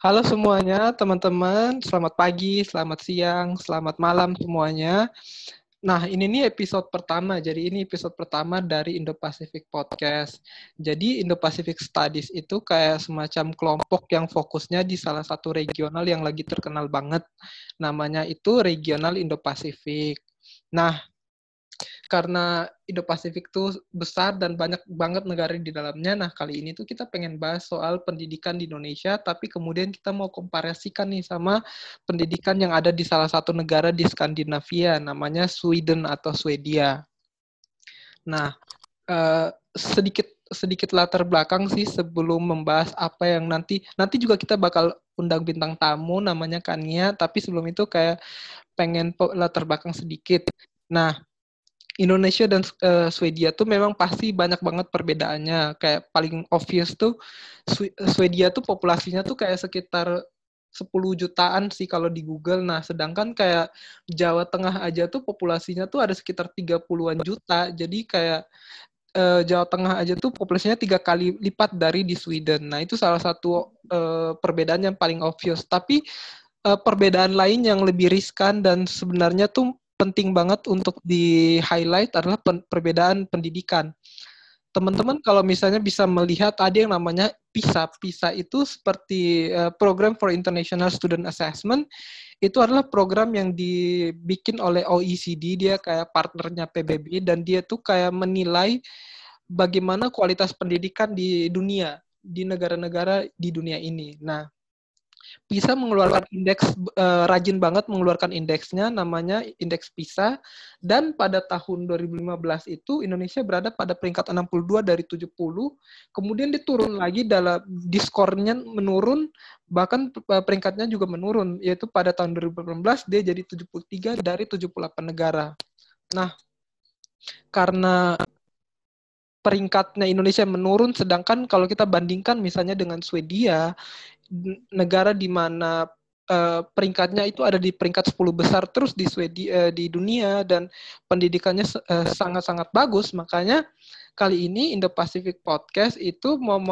Halo semuanya, teman-teman. Selamat pagi, selamat siang, selamat malam semuanya. Nah, ini nih episode pertama. Jadi ini episode pertama dari Indo-Pacific Podcast. Jadi Indo-Pacific Studies itu kayak semacam kelompok yang fokusnya di salah satu regional yang lagi terkenal banget. Namanya itu Regional Indo-Pacific. Nah, karena Indo-Pasifik tuh besar dan banyak banget negara di dalamnya. Nah, kali ini tuh kita pengen bahas soal pendidikan di Indonesia, tapi kemudian kita mau komparasikan nih sama pendidikan yang ada di salah satu negara di Skandinavia, namanya Sweden atau Swedia. Nah, sedikit sedikit latar belakang sih sebelum membahas apa yang nanti juga kita bakal undang bintang tamu namanya Kania, tapi sebelum itu kayak pengen latar belakang sedikit. Nah, Indonesia dan Swedia tuh memang pasti banyak banget perbedaannya. Kayak paling obvious tuh Swedia tuh populasinya tuh kayak sekitar 10 jutaan sih kalau di Google. Nah, sedangkan kayak Jawa Tengah aja tuh populasinya tuh ada sekitar 30-an juta. Jadi kayak Jawa Tengah aja tuh populasinya 3 kali lipat dari di Sweden. Nah, itu salah satu perbedaan yang paling obvious. Tapi perbedaan lain yang lebih riskan dan sebenarnya tuh penting banget untuk di-highlight adalah perbedaan pendidikan. Teman-teman kalau misalnya bisa melihat ada yang namanya PISA. PISA itu seperti Program for International Student Assessment. Itu adalah program yang dibikin oleh OECD, dia kayak partnernya PBB, dan dia tuh kayak menilai bagaimana kualitas pendidikan di dunia, di negara-negara di dunia ini. Nah, PISA mengeluarkan indeks, rajin banget mengeluarkan indeksnya, namanya indeks PISA, dan pada tahun 2015 itu Indonesia berada pada peringkat 62 dari 70, kemudian diturun lagi di skornya menurun, bahkan peringkatnya juga menurun, yaitu pada tahun 2018 dia jadi 73 dari 78 negara. Nah, karena peringkatnya Indonesia menurun, sedangkan kalau kita bandingkan misalnya dengan Swedia, negara di mana peringkatnya itu ada di peringkat 10 besar terus di Swedia, di dunia, dan pendidikannya sangat-sangat bagus. Makanya kali ini Indo-Pacific Podcast itu mau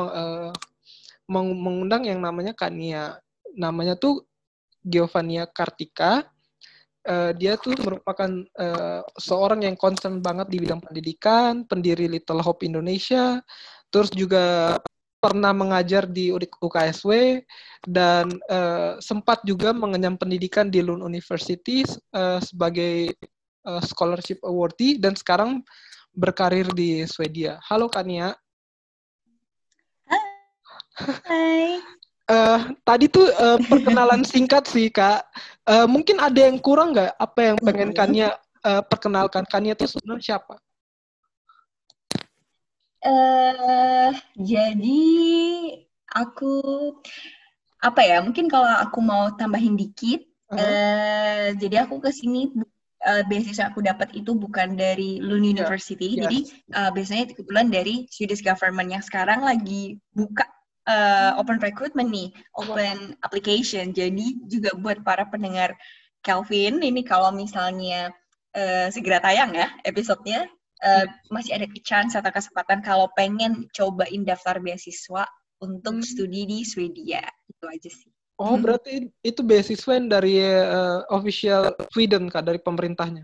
mengundang yang namanya Kania. Namanya tuh Giovannia Kartika. Dia tuh merupakan seorang yang concern banget di bidang pendidikan, pendiri Little Hope Indonesia, terus juga pernah mengajar di UKSW, dan sempat juga mengenyam pendidikan di Lund University sebagai scholarship awardee, dan sekarang berkarir di Swedia. Halo Kania. Hai. Tadi tuh perkenalan singkat sih Kak. Mungkin ada yang kurang nggak? Apa yang pengen Kania perkenalkan? Kania tuh sebenarnya siapa? Jadi aku apa ya? Mungkin kalau aku mau tambahin dikit, jadi aku ke sini beasiswa aku dapat itu bukan dari Lund University, jadi biasanya kebetulan dari Swedish government yang sekarang lagi buka open recruitment nih, open application. Jadi juga buat para pendengar Kelvin, ini kalau misalnya segera tayang ya episodenya, masih ada chance atau kesempatan kalau pengen cobain daftar beasiswa untuk studi di Swedia. Itu aja sih. Oh, berarti itu beasiswa yang dari official Sweden Kak, dari pemerintahnya?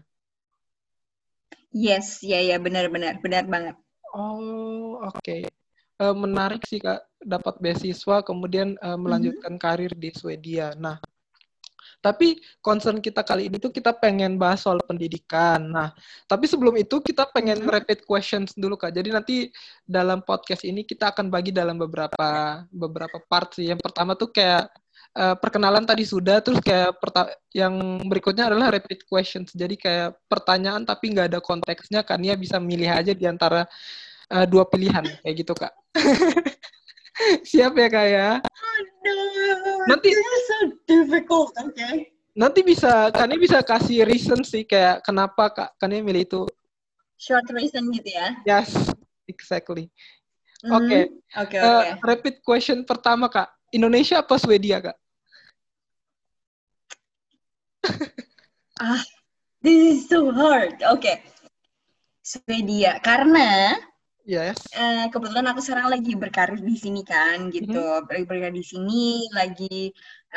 Yes, ya benar banget. Oh, oke. Menarik sih Kak, dapat beasiswa kemudian melanjutkan karir di Swedia. Nah, tapi concern kita kali ini tuh kita pengen bahas soal pendidikan. Nah, tapi sebelum itu kita pengen rapid questions dulu Kak. Jadi nanti dalam podcast ini kita akan bagi dalam beberapa part sih. Yang pertama tuh kayak perkenalan tadi sudah, terus kayak yang berikutnya adalah rapid questions. Jadi kayak pertanyaan tapi nggak ada konteksnya, kan ya bisa milih aja di antara dua pilihan kayak gitu Kak. Siap ya Kak ya? Nanti so difficult, okay. Nanti Kania bisa kasih reason sih kayak kenapa Kania milih itu. Short reason gitu ya? Yes, exactly. Oke. Oke. Rapid question pertama Kak. Indonesia apa Swedia Kak? This is so hard. Oke. Swedia. Karena Yes. Kebetulan aku sekarang lagi berkarir di sini kan, gitu. Berkarir di sini, lagi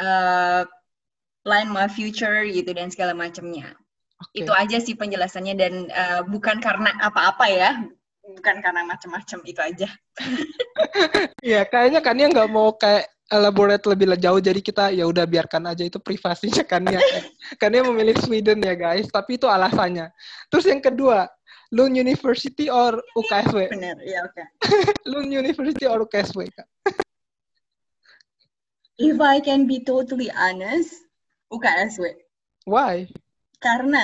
plan my future gitu dan segala macamnya. Itu aja sih penjelasannya dan bukan karena apa-apa ya, bukan karena macam-macam, itu aja. Iya, kayaknya Kania nggak mau kayak elaborate lebih jauh, jadi kita ya udah biarkan aja itu privasinya Kania. Kania memilih Sweden ya guys, tapi itu alasannya. Terus yang kedua, Lund University or UKSW? Bener, ya oke. Lund University or UKSW, Kak? If I can be totally honest, UKSW. Why? Karena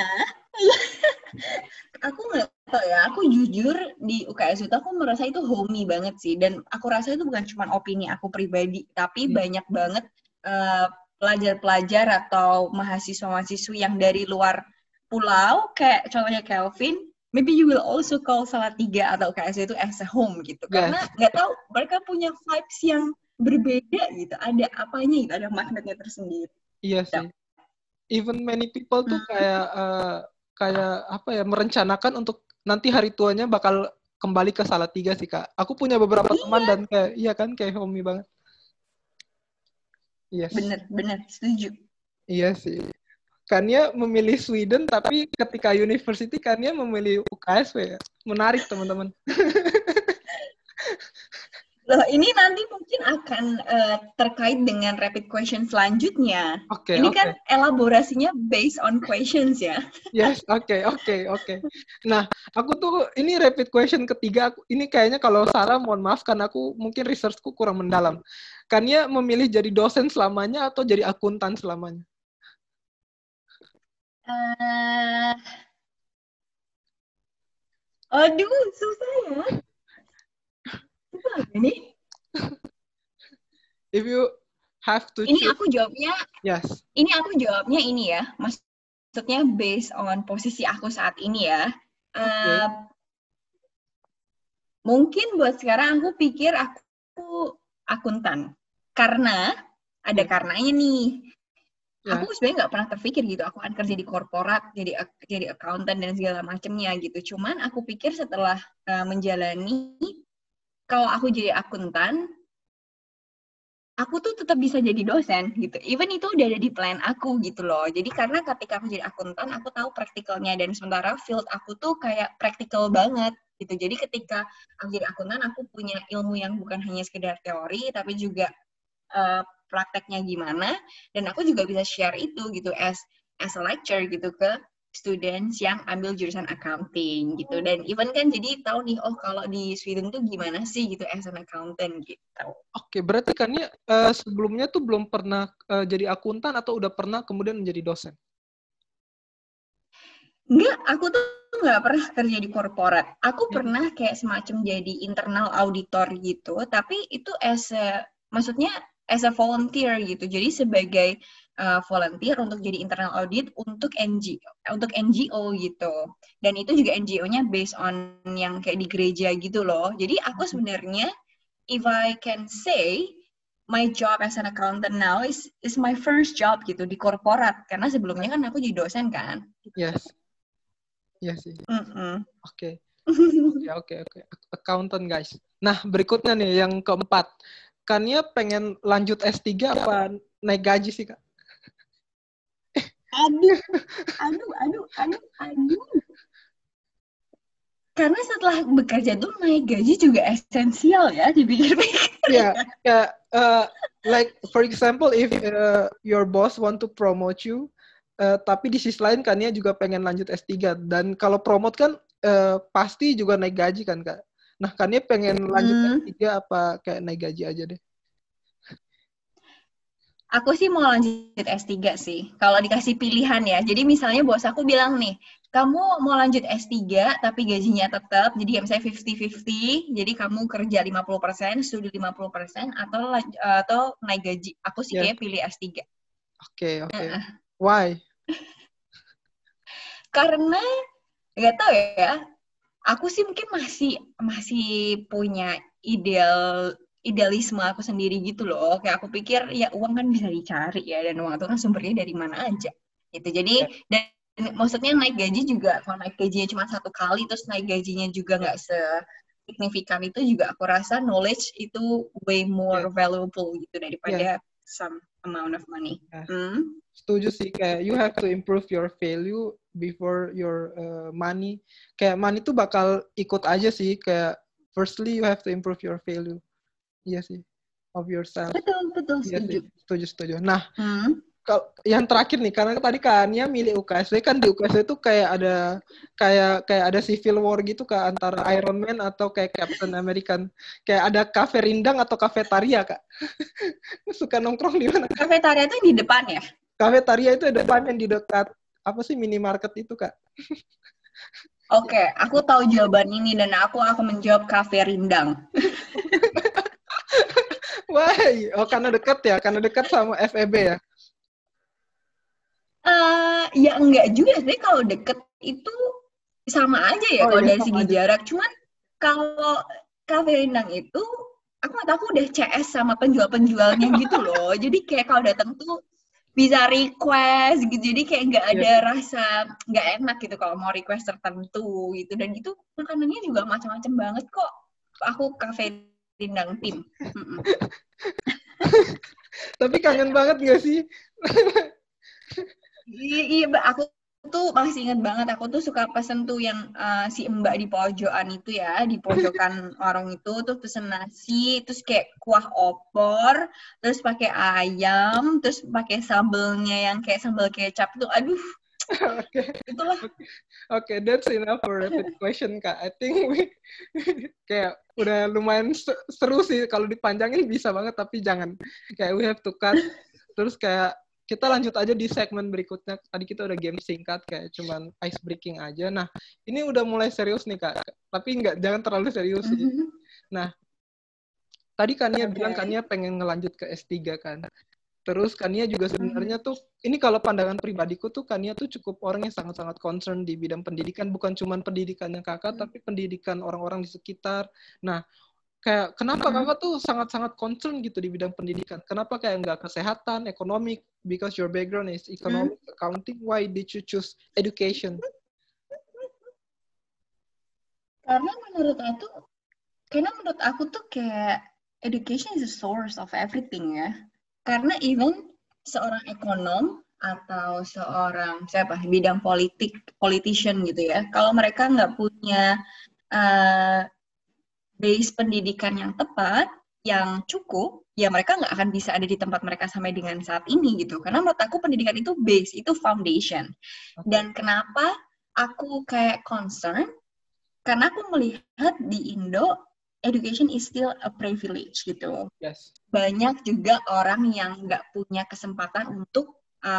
aku nggak tahu ya, aku jujur di UKSW itu aku merasa itu homey banget sih, dan aku rasa itu bukan cuma opini aku pribadi, tapi banyak banget pelajar-pelajar atau mahasiswa-mahasiswi yang dari luar pulau, kayak contohnya Kelvin, maybe you will also call Salatiga atau UKSW itu as a home gitu, karena nggak tahu mereka punya vibes yang berbeda gitu, ada apanya gitu, ada magnetnya tersendiri. Iya sih. Even many people tuh kayak apa ya, merencanakan untuk nanti hari tuanya bakal kembali ke Salatiga sih Kak. Aku punya beberapa teman dan kayak iya kan, kayak homey banget. Yes. Bener, setuju. Iya sih. Kania memilih Sweden, tapi ketika university Kania memilih UKSW ya. Menarik teman-teman. Loh, ini nanti mungkin akan terkait dengan rapid question selanjutnya. Ini kan elaborasinya based on questions ya. Yes, oke. Nah, aku tuh ini rapid question ketiga. Ini kayaknya kalau Sarah, mohon maaf karena aku mungkin researchku kurang mendalam. Kania memilih jadi dosen selamanya atau jadi akuntan selamanya? Aduh, susah ya. Ini if you have to ini choose. aku jawabnya Yes. Ini aku jawabnya ini ya, maksudnya based on posisi aku saat ini ya. Mungkin buat sekarang aku pikir aku akuntan, karena ada karenanya nih. Aku sebenarnya nggak pernah terpikir gitu aku akan kerja di korporat, jadi accountant dan segala macamnya gitu. Cuman aku pikir setelah menjalani, kalau aku jadi akuntan, aku tuh tetap bisa jadi dosen gitu. Even itu udah ada di plan aku gitu loh. Jadi karena ketika aku jadi akuntan, aku tahu praktikalnya, dan sementara field aku tuh kayak praktikal banget gitu. Jadi ketika aku jadi akuntan, aku punya ilmu yang bukan hanya sekedar teori, tapi juga prakteknya gimana, dan aku juga bisa share itu gitu as a lecture gitu ke students yang ambil jurusan accounting gitu. Dan even kan jadi tahu nih, oh kalau di Sweden tuh gimana sih gitu as an accountant gitu. Oke, berarti kan ya sebelumnya tuh belum pernah jadi akuntan atau udah pernah kemudian menjadi dosen? Enggak, aku tuh nggak pernah kerja di korporat. Aku pernah kayak semacam jadi internal auditor gitu, tapi itu maksudnya as a volunteer gitu. Jadi sebagai volunteer untuk jadi internal audit untuk NGO gitu. Dan itu juga NGO-nya based on yang kayak di gereja gitu loh. Jadi aku sebenarnya, if I can say, my job as an accountant now is my first job gitu di korporat. Karena sebelumnya kan aku jadi dosen kan. Yes. Iya sih. Oke. Accountant guys. Nah, berikutnya nih yang keempat. Kania pengen lanjut S3 apa naik gaji sih, Kak? Aduh. Karena setelah bekerja tuh naik gaji juga esensial ya, dipikir-pikir. Yeah. Like for example, if your boss want to promote you, tapi di sisi lain Kania juga pengen lanjut S3, dan kalau promote kan pasti juga naik gaji kan, Kak. Nah, Kania pengen lanjut S3 apa kayak naik gaji aja deh? Aku sih mau lanjut S3 sih, kalau dikasih pilihan ya. Jadi misalnya bos aku bilang nih, kamu mau lanjut S3 tapi gajinya tetap, jadi misalnya 50-50, jadi kamu kerja 50%, studi 50%, atau naik gaji. Aku sih kayak pilih S3. Oke. Why? Karena nggak tahu ya, aku sih mungkin masih punya idealisme aku sendiri gitu loh. Kayak aku pikir ya uang kan bisa dicari ya, dan uang itu kan sumbernya dari mana aja gitu. Jadi dan maksudnya naik gaji juga, kalau naik gajinya cuma 1 kali terus naik gajinya juga nggak signifikan itu juga aku rasa knowledge itu way more valuable gitu daripada some amount of money. Setuju sih, kayak you have to improve your value before your money. Kayak money tuh bakal ikut aja sih, kayak firstly you have to improve your value. Iya sih, of yourself. Betul, Iya setuju. Setuju. Nah, kalau yang terakhir nih, karena tadi Kania milih UKSW, kan di UKSW itu kayak ada civil war gitu Kak, antara Iron Man atau kayak Captain American. Kayak ada kafe rindang atau kafetaria Kak. Suka nongkrong di mana? Kafetaria itu di depan ya? Kafetaria itu ada depan yang di dekat apa sih minimarket itu Kak? Oke, aku tahu jawaban ini dan aku akan menjawab kafe rindang. Wah, karena dekat sama FEB ya? Ya enggak juga sih, kalau deket itu sama aja ya kalau dari segi jarak. Cuman kalau kafe rindang itu, aku udah CS sama penjual-penjualnya gitu loh. Jadi kayak kalau datang tuh bisa request gitu, jadi kayak nggak ada rasa nggak enak gitu kalau mau request tertentu gitu. Dan itu makanannya juga macam-macam banget kok. Aku kafe rindang tim. Tapi kangen banget nggak sih? Iya, aku tuh masih inget banget, aku tuh suka pesen tuh yang si mbak di pojokan itu ya, di pojokan warung itu, terus pesen nasi, terus kayak kuah opor, terus pakai ayam, terus pakai sambelnya yang kayak sambal kecap tuh, aduh. Itulah. Oke, that's enough for rapid question Kak. I think kayak udah lumayan seru sih, kalau dipanjangin bisa banget, tapi jangan. Kayak we have to cut. Terus kayak kita lanjut aja di segmen berikutnya. Tadi kita udah game singkat, kayak cuman ice breaking aja. Nah, ini udah mulai serius nih Kak. Tapi jangan terlalu serius sih. Nah, tadi Kania bilang Kania pengen ngelanjut ke S3 kan. Terus Kania juga sebenarnya tuh, ini kalau pandangan pribadiku tuh, Kania tuh cukup orang yang sangat-sangat concern di bidang pendidikan. Bukan cuma pendidikannya kakak, tapi pendidikan orang-orang di sekitar. Nah, kayak kenapa kakak tuh sangat-sangat concern gitu di bidang pendidikan? Kenapa kayak nggak kesehatan, ekonomi? Because your background is economic, accounting. Why did you choose education? Karena menurut aku tuh kayak education is the source of everything ya. Karena even seorang ekonom atau seorang bidang politician gitu ya, kalau mereka nggak punya base pendidikan yang tepat, yang cukup, ya mereka nggak akan bisa ada di tempat mereka sampai dengan saat ini gitu. Karena menurut aku pendidikan itu base, itu foundation. Dan kenapa aku kayak concern? Karena aku melihat di Indo, education is still a privilege gitu. Yes. Banyak juga orang yang nggak punya kesempatan untuk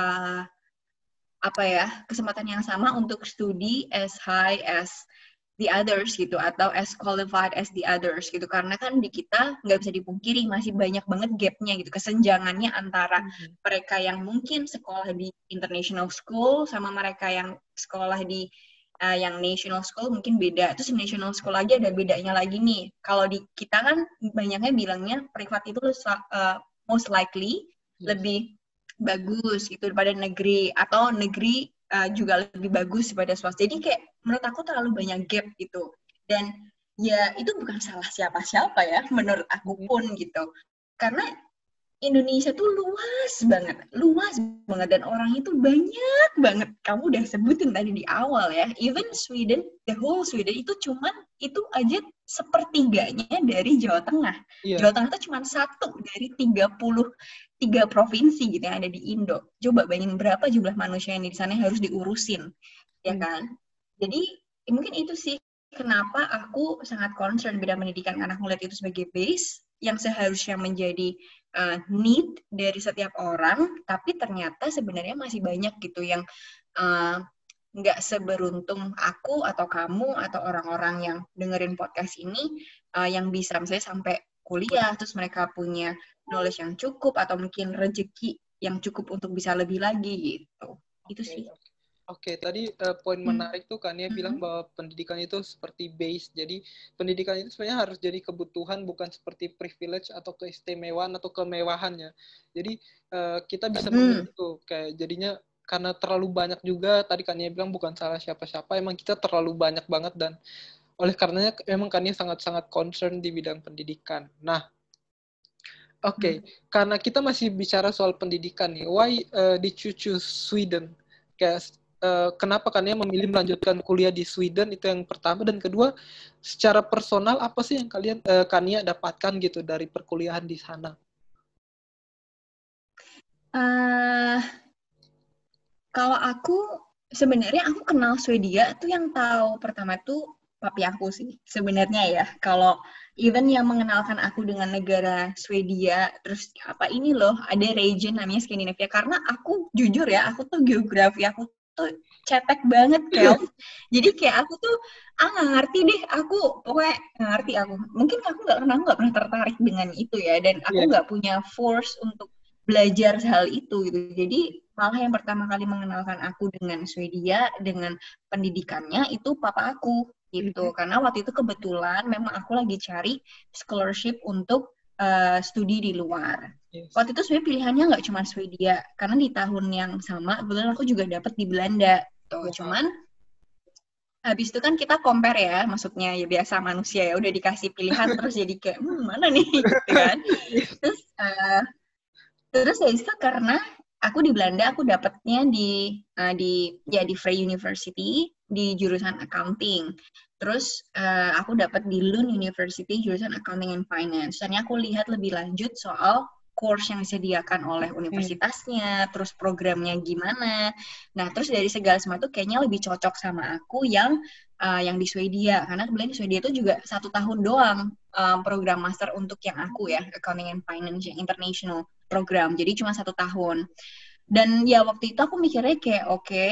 kesempatan yang sama untuk studi as high as the others gitu, atau as qualified as the others gitu. Karena kan di kita nggak bisa dipungkiri masih banyak banget gapnya gitu, kesenjangannya antara mereka yang mungkin sekolah di international school sama mereka yang sekolah di yang national school mungkin beda. Terus national school aja ada bedanya lagi nih. Kalau di kita kan banyaknya bilangnya privat itu most likely lebih bagus gitu daripada negeri, atau negeri juga lebih bagus daripada swasta. Jadi kayak menurut aku terlalu banyak gap gitu. Dan ya itu bukan salah siapa-siapa ya, menurut aku pun gitu. Karena Indonesia tuh luas banget, dan orangnya tuh banyak banget. Kamu udah sebutin tadi di awal ya, even Sweden, the whole Sweden itu aja sepertiganya dari Jawa Tengah. Jawa Tengah itu cuma 1 dari 33 provinsi gitu yang ada di Indo. Coba bayangin berapa jumlah manusia yang di sana yang harus diurusin, ya kan? Jadi mungkin itu sih kenapa aku sangat concern bidang pendidikan, karena aku lihat itu sebagai base yang seharusnya menjadi need dari setiap orang, tapi ternyata sebenarnya masih banyak gitu yang nggak seberuntung aku atau kamu atau orang-orang yang dengerin podcast ini yang bisa misalnya sampai kuliah, terus mereka punya knowledge yang cukup atau mungkin rezeki yang cukup untuk bisa lebih lagi gitu. Itu sih. Oke, tadi poin menarik tuh Kania bilang bahwa pendidikan itu seperti base. Jadi pendidikan itu sebenarnya harus jadi kebutuhan, bukan seperti privilege atau keistimewaan atau kemewahannya. Jadi kita bisa memilih itu, kayak jadinya karena terlalu banyak juga, tadi Kania bilang bukan salah siapa-siapa, emang kita terlalu banyak banget, dan Oleh karenanya memang Kania sangat-sangat concern di bidang pendidikan. Nah, oke, karena kita masih bicara soal pendidikan nih, why did you choose Sweden? Kayak kenapa kalian memilih melanjutkan kuliah di Sweden, itu yang pertama, dan kedua, secara personal apa sih yang Kania dapatkan gitu dari perkuliahan di sana? Kalau sebenarnya aku kenal Swedia tuh yang tahu pertama tuh papi aku sih sebenarnya ya. Kalau even yang mengenalkan aku dengan negara Swedia, terus apa ini loh, ada region namanya Skandinavia. Karena aku jujur ya, aku tuh geografi aku tuh cetek banget, Kel. Jadi kayak aku tuh nggak ngerti deh, aku pokoknya nggak ngerti aku. Mungkin aku nggak pernah tertarik dengan itu ya, dan aku nggak punya force untuk belajar hal itu gitu. Jadi malah yang pertama kali mengenalkan aku dengan Swedia, dengan pendidikannya itu papa aku gitu. Karena waktu itu kebetulan memang aku lagi cari scholarship untuk studi di luar. Waktu itu sebenarnya pilihannya nggak cuma Swedia, karena di tahun yang sama kebetulan aku juga dapat di Belanda. Tuh, cuman habis itu kan kita compare ya, maksudnya ya biasa manusia ya udah dikasih pilihan terus jadi kayak mana nih gitu kan. Terus ya itu karena aku di Belanda aku dapatnya di Vrije University di jurusan accounting. Terus aku dapat di Lund University jurusan accounting and finance. Dan aku lihat lebih lanjut soal course yang disediakan oleh universitasnya, terus programnya gimana. Nah, terus dari segala semua itu kayaknya lebih cocok sama aku yang di Swedia. Karena kemudian di Swedia itu juga 1 tahun doang program master untuk yang aku ya, accounting and finance yang international program. Jadi cuma 1 tahun. Dan ya waktu itu aku mikirnya kayak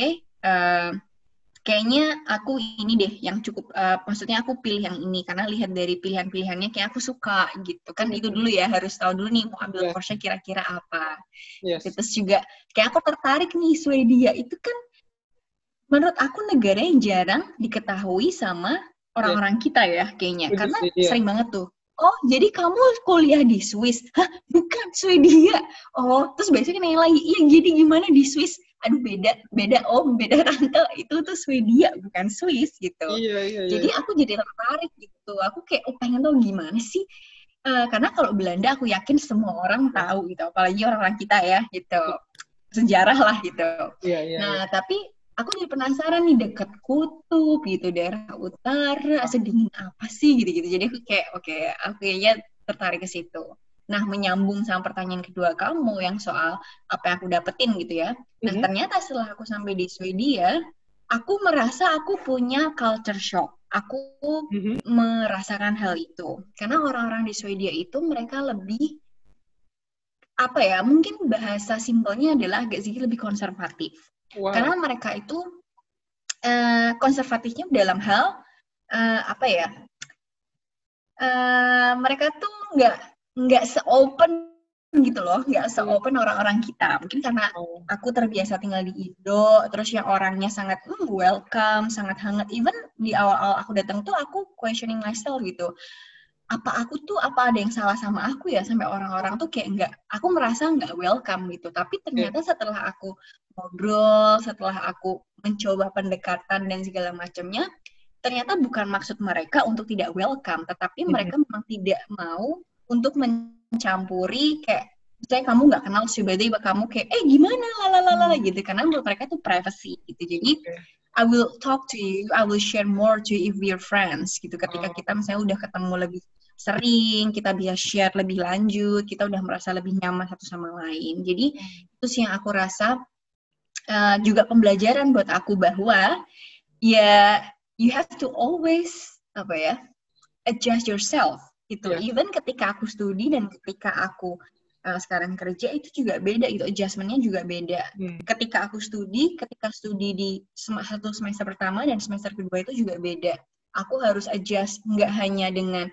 kayaknya aku ini deh yang cukup, maksudnya aku pilih yang ini karena lihat dari pilihan-pilihannya kayak aku suka gitu kan. Itu dulu ya, harus tahu dulu nih mau ambil course-nya kira-kira apa. Terus juga kayak aku tertarik nih, Swedia itu kan menurut aku negara yang jarang diketahui sama orang-orang kita ya kayaknya, karena sering banget tuh, oh jadi kamu kuliah di Swiss? Hah, bukan, Swedia. Oh, terus biasanya nanya lagi, iya jadi gimana di Swiss? Aduh beda tante, itu tuh Swedia bukan Swiss gitu. Jadi aku jadi tertarik gitu, aku kayak pengen tahu gimana sih, karena kalau Belanda aku yakin semua orang tahu gitu, apalagi orang-orang kita ya gitu, sejarah lah gitu. Nah tapi aku jadi penasaran nih, dekat kutub gitu, daerah utara, sedingin apa sih gitu-gitu. Jadi aku kayak aku kayaknya tertarik ke situ. Nah, menyambung sama pertanyaan kedua kamu yang soal apa yang aku dapetin gitu ya. Nah, ternyata setelah aku sampai di Swedia, aku merasa aku punya culture shock. Aku merasakan hal itu. Karena orang-orang di Swedia itu mereka lebih mungkin bahasa simpelnya adalah agak sedikit lebih konservatif. Karena mereka itu konservatifnya dalam hal mereka tuh nggak se-open gitu loh, nggak se-open orang-orang kita. Mungkin karena aku terbiasa tinggal di Indo, terus yang orangnya sangat welcome, sangat hangat. Even di awal-awal aku datang tuh aku questioning myself gitu. Apa ada yang salah sama aku ya, sampai orang-orang tuh kayak aku merasa nggak welcome gitu. Tapi ternyata setelah aku ngobrol, setelah aku mencoba pendekatan dan segala macamnya, ternyata bukan maksud mereka untuk tidak welcome, tetapi mereka memang tidak mau untuk mencampuri kayak misalnya kamu nggak kenal tiba-tiba kamu kayak gimana lalalala gitu, karena menurut mereka itu privacy gitu. Jadi I will talk to you, I will share more to you if we are friends gitu. Ketika kita misalnya udah ketemu lebih sering, kita bisa share lebih lanjut, kita udah merasa lebih nyaman satu sama lain. Jadi itu sih yang aku rasa juga pembelajaran buat aku, bahwa ya you have to always adjust yourself gitu. Even ketika aku studi dan ketika aku sekarang kerja itu juga beda gitu, adjustment-nya juga beda. Ketika studi di satu semester pertama dan semester kedua itu juga beda. Aku harus adjust nggak hanya dengan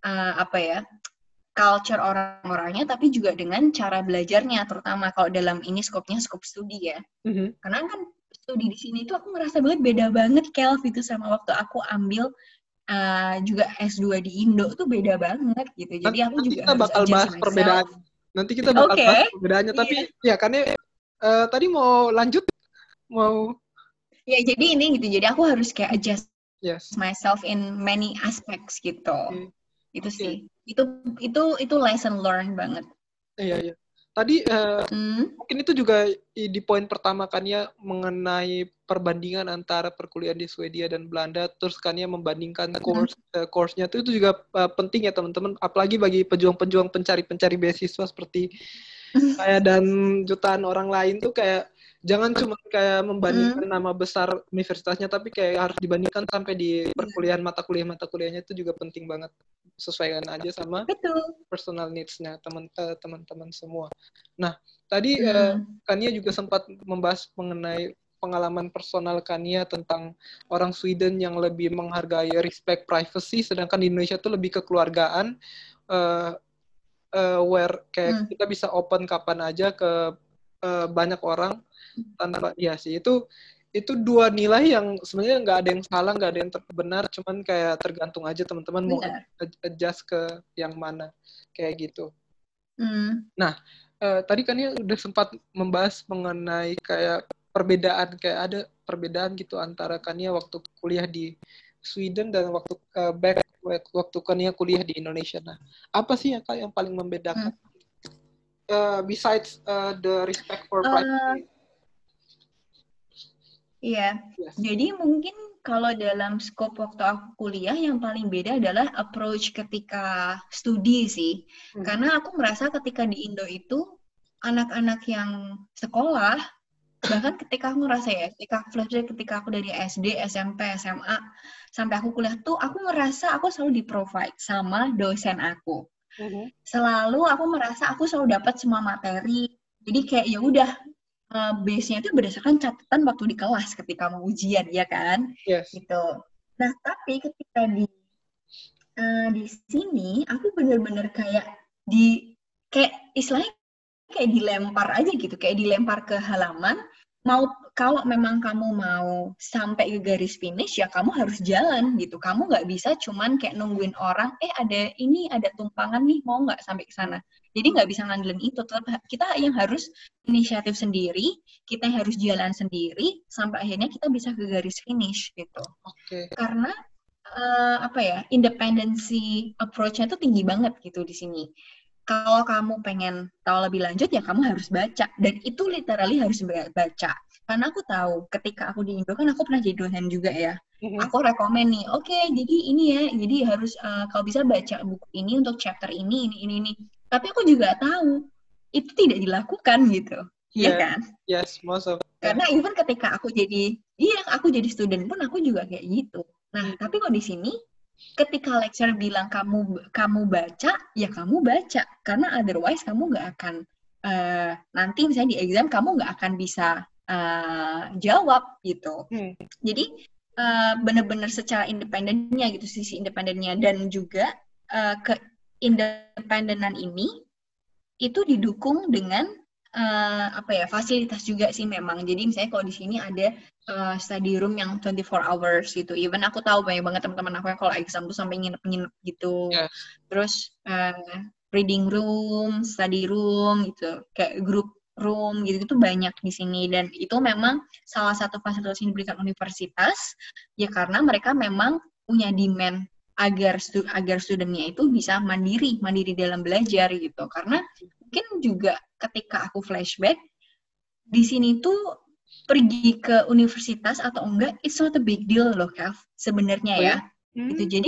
culture orang-orangnya, tapi juga dengan cara belajarnya, terutama kalau dalam ini skop studi ya. Karena kan studi di sini tuh aku ngerasa banget beda banget, Kelv, itu sama waktu aku ambil juga S2 di Indo tuh beda banget gitu. Jadi aku nanti juga kita harus bakal adjust bahas perbedaan. Nanti kita bakal bahas perbedaannya. Tapi ya karena tadi mau lanjut, mau ya jadi ini gitu. Jadi aku harus kayak adjust Yes. myself in many aspects gitu. Okay. Itu Okay. sih. Itu lesson learned banget. Iya. Tadi mungkin itu juga di poin pertama kan ya, mengenai perbandingan antara perkuliahan di Swedia dan Belanda, terus kan ya membandingkan course-nya itu juga penting ya teman-teman, apalagi bagi pejuang-pejuang pencari beasiswa seperti saya dan jutaan orang lain tuh, kayak jangan cuma kayak membandingkan nama besar universitasnya, tapi kayak harus dibandingkan sampai di perkuliahan mata kuliahnya itu juga penting banget. Sesuaikan aja sama personal needs-nya teman-teman semua. Nah, tadi Kania juga sempat membahas mengenai pengalaman personal Kania tentang orang Sweden yang lebih menghargai respect privacy, sedangkan di Indonesia tuh lebih kekeluargaan, where kayak kita bisa open kapan aja ke banyak orang tanpa ya sih, itu dua nilai yang sebenarnya nggak ada yang salah, nggak ada yang benar, cuman kayak tergantung aja teman-teman mau adjust ke yang mana, kayak gitu. Nah, tadi kan ya udah sempat membahas mengenai kayak perbedaan, kayak ada perbedaan gitu antara Kania waktu kuliah di Sweden dan waktu Kania kuliah di Indonesia. Nah, apa sih yang paling membedakan? Besides the respect for privacy. Iya, jadi mungkin kalau dalam skop waktu aku kuliah yang paling beda adalah approach ketika studi sih. Karena aku merasa ketika di Indo itu anak-anak yang sekolah, bahkan ketika aku ngerasa ya, ketika aku dari SD, SMP, SMA, sampai aku kuliah tuh, aku ngerasa aku selalu di-provide sama dosen aku. Selalu aku merasa aku selalu dapat semua materi. Jadi kayak ya udah, base-nya itu berdasarkan catatan waktu di kelas ketika mau ujian, ya kan? Yes. Gitu. Nah, tapi ketika di sini aku bener-bener kayak istilahnya kayak dilempar aja gitu, kayak dilempar ke halaman. Kalau memang kamu mau sampai ke garis finish, ya kamu harus jalan gitu. Kamu nggak bisa cuman kayak nungguin orang, ada tumpangan nih, mau nggak sampai ke sana. Jadi nggak bisa ngandelin itu. Tetap kita yang harus inisiatif sendiri, kita yang harus jalan sendiri, sampai akhirnya kita bisa ke garis finish gitu. Karena independency approach-nya tuh tinggi banget gitu di sini. Kalau kamu pengen tahu lebih lanjut, ya kamu harus baca. Dan itu literally harus baca. Karena aku tahu, ketika aku di Indo, kan aku pernah jadi dosen juga ya. Aku rekomen nih, jadi ini ya, jadi harus kalau bisa baca buku ini untuk chapter ini. Tapi aku juga tahu, itu tidak dilakukan gitu. Iya kan? Yes, most of. Karena even ketika aku jadi student pun aku juga kayak gitu. Nah, tapi kok di sini, ketika lecturer bilang kamu baca, ya kamu baca. Karena otherwise kamu nggak akan, nanti misalnya di exam kamu nggak akan bisa jawab gitu. Jadi benar-benar secara independennya gitu, sisi independennya. Dan juga keindependenan ini itu didukung dengan fasilitas juga sih memang. Jadi misalnya kalau di sini ada study room yang 24 hours gitu. Even aku tahu banyak banget teman-teman aku yang kalau exam tuh sampai nginep-nginep gitu. Terus reading room, study room gitu, kayak group room gitu banyak di sini. Dan itu memang salah satu fasilitas yang diberikan universitas ya, karena mereka memang punya demand agar studentnya itu bisa mandiri dalam belajar gitu. Karena mungkin juga ketika aku flashback, di sini tuh pergi ke universitas atau enggak, it's not a big deal loh, Kev, sebenarnya ya. Gitu. Jadi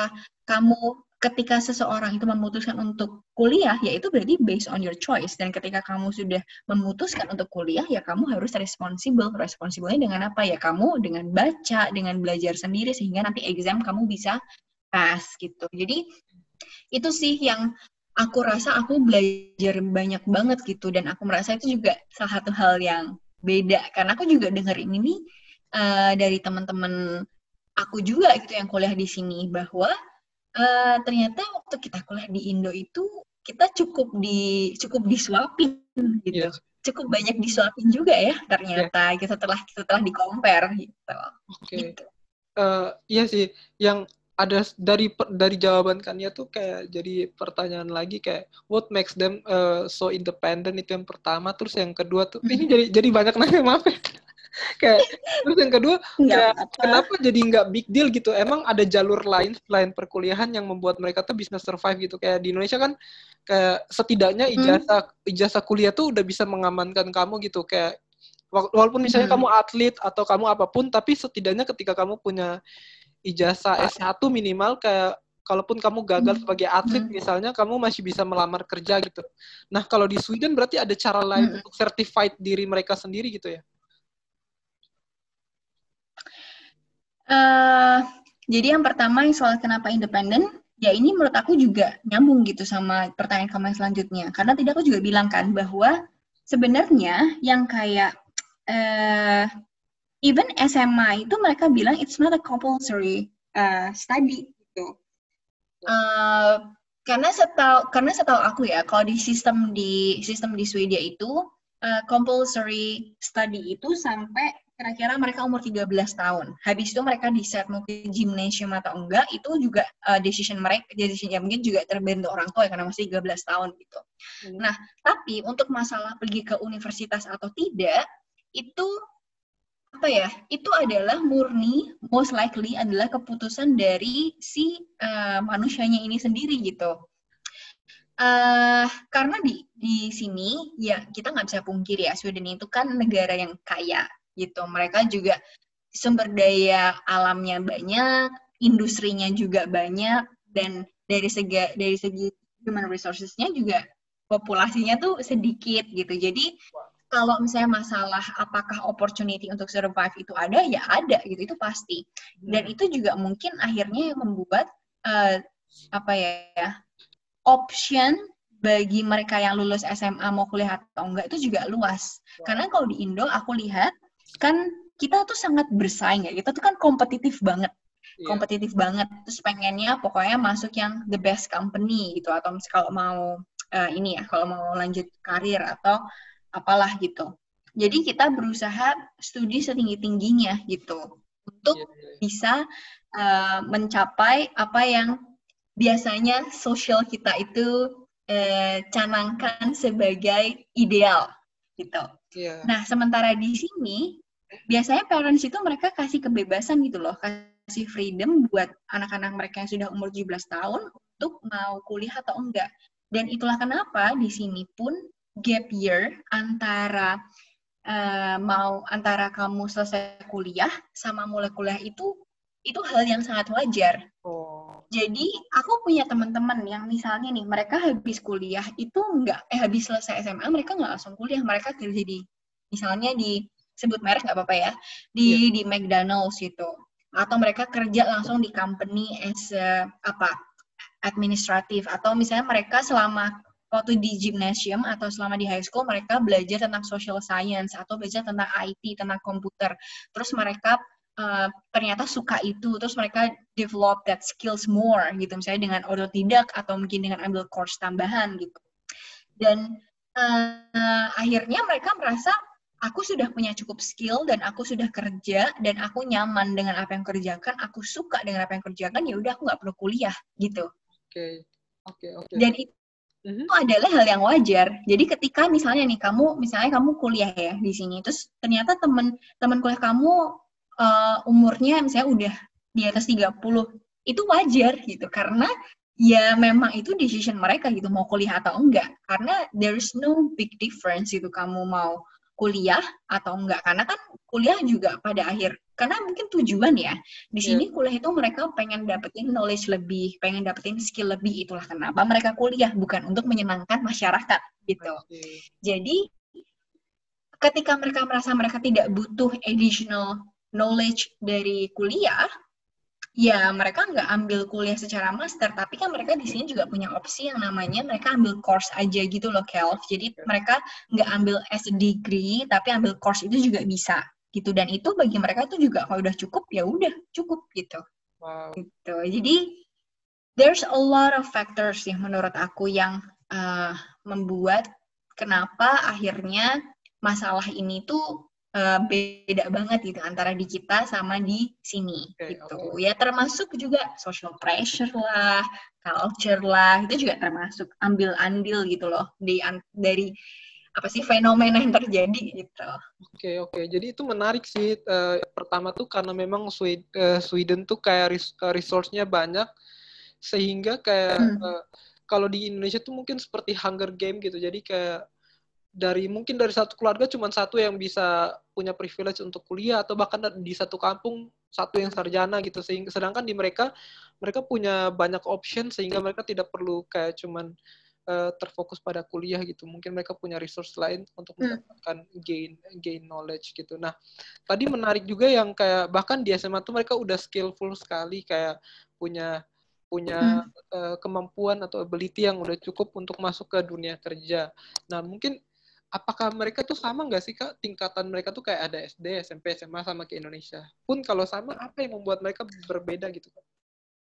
ketika seseorang itu memutuskan untuk kuliah, ya itu berarti based on your choice. Dan ketika kamu sudah memutuskan untuk kuliah, ya kamu harus responsible. Responsible-nya dengan apa? Ya kamu dengan baca, dengan belajar sendiri, sehingga nanti exam kamu bisa pass gitu. Jadi itu sih yang aku rasa aku belajar banyak banget gitu. Dan aku merasa itu juga salah satu hal yang beda. Karena aku juga dengerin ini dari teman-teman aku juga gitu yang kuliah di sini, bahwa ternyata waktu kita kuliah di Indo itu kita cukup disuapin gitu. Cukup banyak disuapin juga ya ternyata gitu, setelah di-compare gitu. Gitu. Iya sih, yang ada dari jawaban Kania tuh kayak jadi pertanyaan lagi, kayak what makes them so independent, itu yang pertama. Terus yang kedua tuh ini jadi banyak nanya, maaf ya. Kayak terus yang kedua Nggak kayak apa-apa. kenapa jadi nggak big deal gitu? Emang ada jalur lain selain perkuliahan yang membuat mereka tuh bisa survive gitu? Kayak di Indonesia kan kayak setidaknya ijazah kuliah tuh udah bisa mengamankan kamu gitu. Kayak walaupun misalnya kamu atlet atau kamu apapun, tapi setidaknya ketika kamu punya ijazah S1 minimal, kayak kalaupun kamu gagal sebagai atlet misalnya, kamu masih bisa melamar kerja gitu. Nah, kalau di Sweden berarti ada cara lain untuk certified diri mereka sendiri gitu ya? Jadi yang pertama soal kenapa independen, ya ini menurut aku juga nyambung gitu sama pertanyaan kamu yang selanjutnya. Karena tadi aku juga bilang kan bahwa sebenarnya yang kayak even SMA itu mereka bilang it's not a compulsory study gitu. Karena setahu aku ya, kalau di sistem di Swedia itu compulsory study itu sampai kira-kira mereka umur 13 tahun. Habis itu mereka decide mau ke gymnasium atau enggak, itu juga decision ya mungkin juga terbentuk orang tua ya, karena masih 13 tahun gitu. Nah, tapi untuk masalah pergi ke universitas atau tidak, itu itu adalah murni, most likely adalah keputusan dari si manusianya ini sendiri gitu. Karena di sini ya kita nggak bisa pungkiri ya, Sweden itu kan negara yang kaya gitu. Mereka juga sumber daya alamnya banyak, industrinya juga banyak, dan dari segi human resources-nya juga populasinya tuh sedikit gitu. Jadi kalau misalnya masalah apakah opportunity untuk survive itu ada, ya ada gitu, itu pasti. Dan itu juga mungkin akhirnya yang membuat option bagi mereka yang lulus SMA mau kuliah atau enggak itu juga luas. Karena kalau di Indo aku lihat kan kita tuh sangat bersaing ya, kita tuh kan kompetitif banget. Terus pengennya pokoknya masuk yang the best company gitu, atau kalau mau kalau mau lanjut karir atau apalah gitu. Jadi kita berusaha studi setinggi-tingginya gitu untuk bisa mencapai apa yang biasanya sosial kita itu canangkan sebagai ideal gitu. Nah, sementara di sini biasanya parents itu mereka kasih kebebasan gitu loh, kasih freedom buat anak-anak mereka yang sudah umur 17 tahun untuk mau kuliah atau enggak. Dan itulah kenapa di sini pun gap year antara antara kamu selesai kuliah sama mulai kuliah itu hal yang sangat wajar. Jadi aku punya teman-teman yang misalnya nih mereka habis kuliah itu habis selesai SMA mereka nggak langsung kuliah, mereka kerja di misalnya di sebut merek nggak apa-apa ya, di McDonald's gitu, atau mereka kerja langsung di company as administratif, atau misalnya mereka selama waktu di gymnasium atau selama di high school mereka belajar tentang social science atau belajar tentang IT, tentang komputer, terus mereka ternyata suka itu, terus mereka develop that skills more gitu, misalnya dengan otodidak atau mungkin dengan ambil course tambahan gitu. Dan akhirnya mereka merasa aku sudah punya cukup skill dan aku sudah kerja dan aku nyaman dengan apa yang kerjakan, aku suka dengan apa yang kerjakan, ya udah aku nggak perlu kuliah gitu. Oke. Dan itu adalah hal yang wajar. Jadi ketika misalnya nih kamu kuliah ya di sini, terus ternyata teman kuliah kamu umurnya misalnya udah di atas 30, itu wajar gitu, karena ya memang itu decision mereka gitu, mau kuliah atau enggak, karena there is no big difference gitu kamu mau kuliah atau enggak, karena kan kuliah juga pada akhir, karena mungkin tujuan ya, di sini kuliah itu mereka pengen dapetin knowledge lebih, pengen dapetin skill lebih, itulah kenapa mereka kuliah, bukan untuk menyenangkan masyarakat gitu. Jadi ketika mereka merasa mereka tidak butuh additional knowledge dari kuliah, ya mereka nggak ambil kuliah secara master, tapi kan mereka di sini juga punya opsi yang namanya mereka ambil course aja gitu loh, Kelv. Jadi mereka nggak ambil as a degree, tapi ambil course itu juga bisa gitu. Dan itu bagi mereka itu juga kalau udah cukup, ya udah cukup gitu. Wow. Gitu. Jadi there's a lot of factors yang menurut aku yang membuat kenapa akhirnya masalah ini tuh beda banget gitu antara di kita sama di sini gitu. Ya termasuk juga social pressure lah, culture lah, itu juga termasuk ambil andil gitu loh dari apa sih fenomena yang terjadi gitu. Oke. Jadi itu menarik sih. Pertama tuh karena memang Sweden tuh kayak resource-nya banyak, sehingga kayak kalau di Indonesia tuh mungkin seperti Hunger Game gitu. Jadi kayak mungkin dari satu keluarga cuma satu yang bisa punya privilege untuk kuliah, atau bahkan di satu kampung satu yang sarjana gitu. Sedangkan di mereka punya banyak option, sehingga mereka tidak perlu kayak cuman terfokus pada kuliah gitu. Mungkin mereka punya resource lain untuk mendapatkan gain knowledge gitu. Nah, tadi menarik juga yang kayak bahkan di SMA tuh mereka udah skillful sekali, kayak punya kemampuan atau ability yang udah cukup untuk masuk ke dunia kerja. Nah, mungkin apakah mereka tuh sama nggak sih, Kak? Tingkatan mereka tuh kayak ada SD, SMP, SMA sama ke Indonesia. Pun kalau sama, apa yang membuat mereka berbeda gitu, Kak?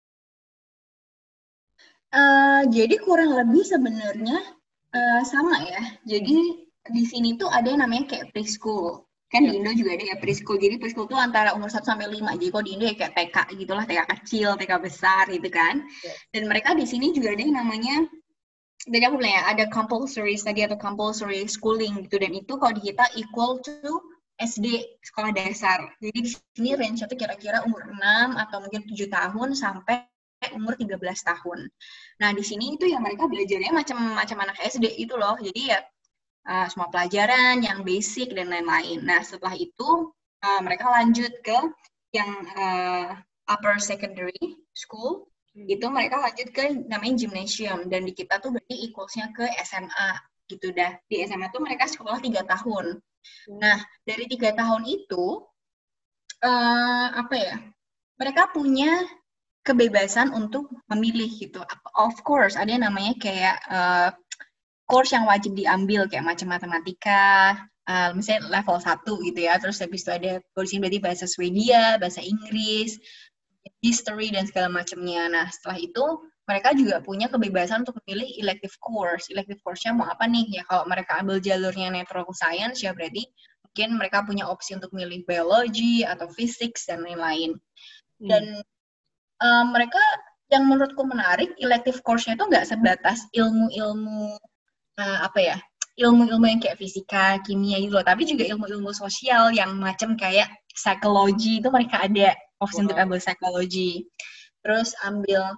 Jadi kurang lebih sebenarnya sama ya. Jadi di sini tuh ada yang namanya kayak preschool. Kan di Indo juga ada ya preschool. Jadi preschool tuh antara umur 1 sampai 5. Jadi kalau di Indo ya kayak TK gitulah, TK kecil, TK besar gitu kan. Dan mereka di sini juga ada yang namanya, tadi aku bilang ya, ada compulsory study atau compulsory schooling gitu. Dan itu kalau di kita equal to SD, sekolah dasar. Jadi di sini range-nya tuh kira-kira umur 6 atau mungkin 7 tahun sampai umur 13 tahun. Nah, di sini itu ya mereka belajarnya macam anak SD itu loh. Jadi ya semua pelajaran yang basic dan lain-lain. Nah, setelah itu mereka lanjut ke yang upper secondary school. Itu mereka lanjut ke namanya gymnasium. Dan di kita tuh berarti equals-nya ke SMA gitu dah. Di SMA tuh mereka sekolah 3 tahun. Nah, dari 3 tahun itu apa ya? Mereka punya kebebasan untuk memilih gitu. Of course, ada yang namanya kayak course yang wajib diambil kayak macam matematika, misalnya level 1 gitu ya. Terus habis itu ada course berarti bahasa Swedia, bahasa Inggris, history dan segala macamnya. Nah, setelah itu mereka juga punya kebebasan untuk memilih elective course. Elective course-nya mau apa nih? Ya kalau mereka ambil jalurnya natural science ya berarti mungkin mereka punya opsi untuk milih biology atau physics dan lain-lain. Dan mereka yang menurutku menarik, elective course-nya itu nggak sebatas ilmu-ilmu ilmu-ilmu yang kayak fisika, kimia gitu loh, tapi juga ilmu-ilmu sosial yang macam kayak psikologi itu mereka ada opsi untuk ambil psikologi. Terus ambil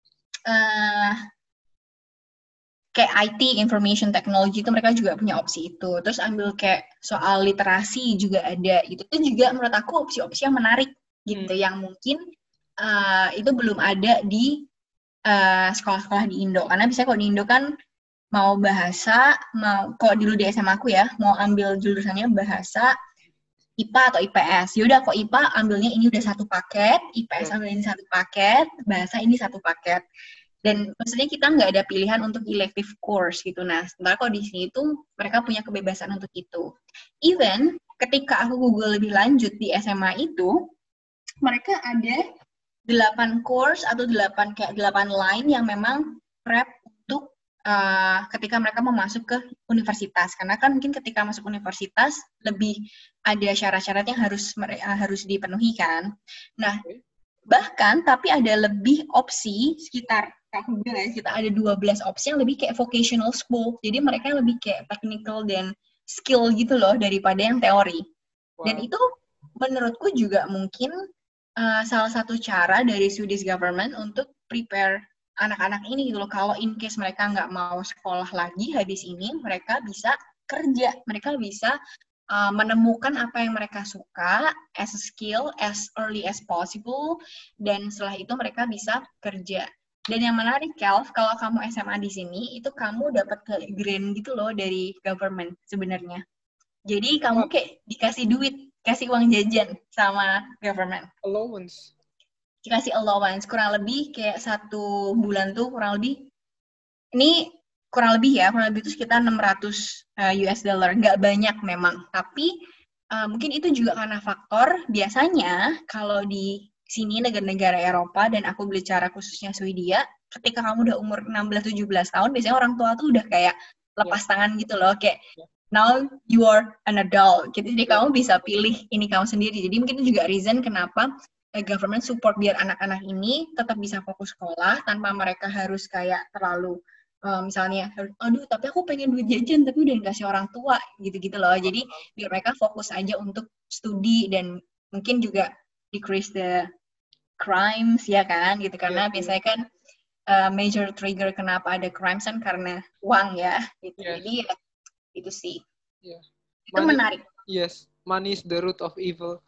kayak IT, information technology itu mereka juga punya opsi itu. Terus ambil kayak soal literasi juga ada. Itu tuh juga menurut aku opsi-opsi yang menarik gitu, yang mungkin itu belum ada di sekolah-sekolah di Indo. Karena biasanya kalau di Indo kan mau bahasa, kalau dulu di SMA aku ya, mau ambil jurusannya bahasa, IPA atau IPS. Yaudah kok IPA ambilnya ini udah satu paket, IPS ambil ini satu paket, bahasa ini satu paket. Dan maksudnya kita nggak ada pilihan untuk elective course gitu. Nah, sementara kalau di sini tuh mereka punya kebebasan untuk itu. Even ketika aku Google lebih lanjut di SMA itu, mereka ada 8 course atau 8 line yang memang prep untuk ketika mereka mau masuk ke universitas. Karena kan mungkin ketika masuk universitas lebih ada syarat-syarat yang harus dipenuhi kan. Nah, bahkan tapi ada lebih opsi sekitar ada 12 opsi yang lebih kayak vocational school. Jadi mereka lebih kayak technical dan skill gitu loh daripada yang teori. Dan itu menurutku juga mungkin salah satu cara dari Swedish government untuk prepare anak-anak ini gitu loh. Kalau in case mereka nggak mau sekolah lagi habis ini, mereka bisa kerja. Mereka bisa menemukan apa yang mereka suka as a skill as early as possible, dan setelah itu mereka bisa kerja. Dan yang menarik, Kelv, kalau kamu SMA di sini, itu kamu dapat grant gitu loh dari government sebenarnya. Jadi kamu kayak dikasih duit, kasih uang jajan sama government. Allowance. Dikasih allowance, kurang lebih kayak 1 bulan tuh kurang lebih, ini kurang lebih itu sekitar 600 US dollar. Nggak banyak memang, tapi mungkin itu juga karena faktor, biasanya kalau di sini negara-negara Eropa, dan aku bicara khususnya Swedia, ketika kamu udah umur 16-17 tahun, biasanya orang tua tuh udah kayak lepas tangan gitu loh, kayak now you are an adult, gitu. Jadi kamu bisa pilih ini kamu sendiri. Jadi mungkin itu juga reason kenapa government support biar anak-anak ini tetap bisa fokus sekolah tanpa mereka harus kayak terlalu misalnya, aduh tapi aku pengen duit jajan tapi udah dikasih orang tua gitu-gitu loh. Jadi biar mereka fokus aja untuk studi dan mungkin juga decrease the crimes ya kan gitu, karena biasanya kan major trigger kenapa ada crimes kan karena uang ya gitu. Jadi ya itu sih. Itu Money, menarik. yes, money is the root of evil.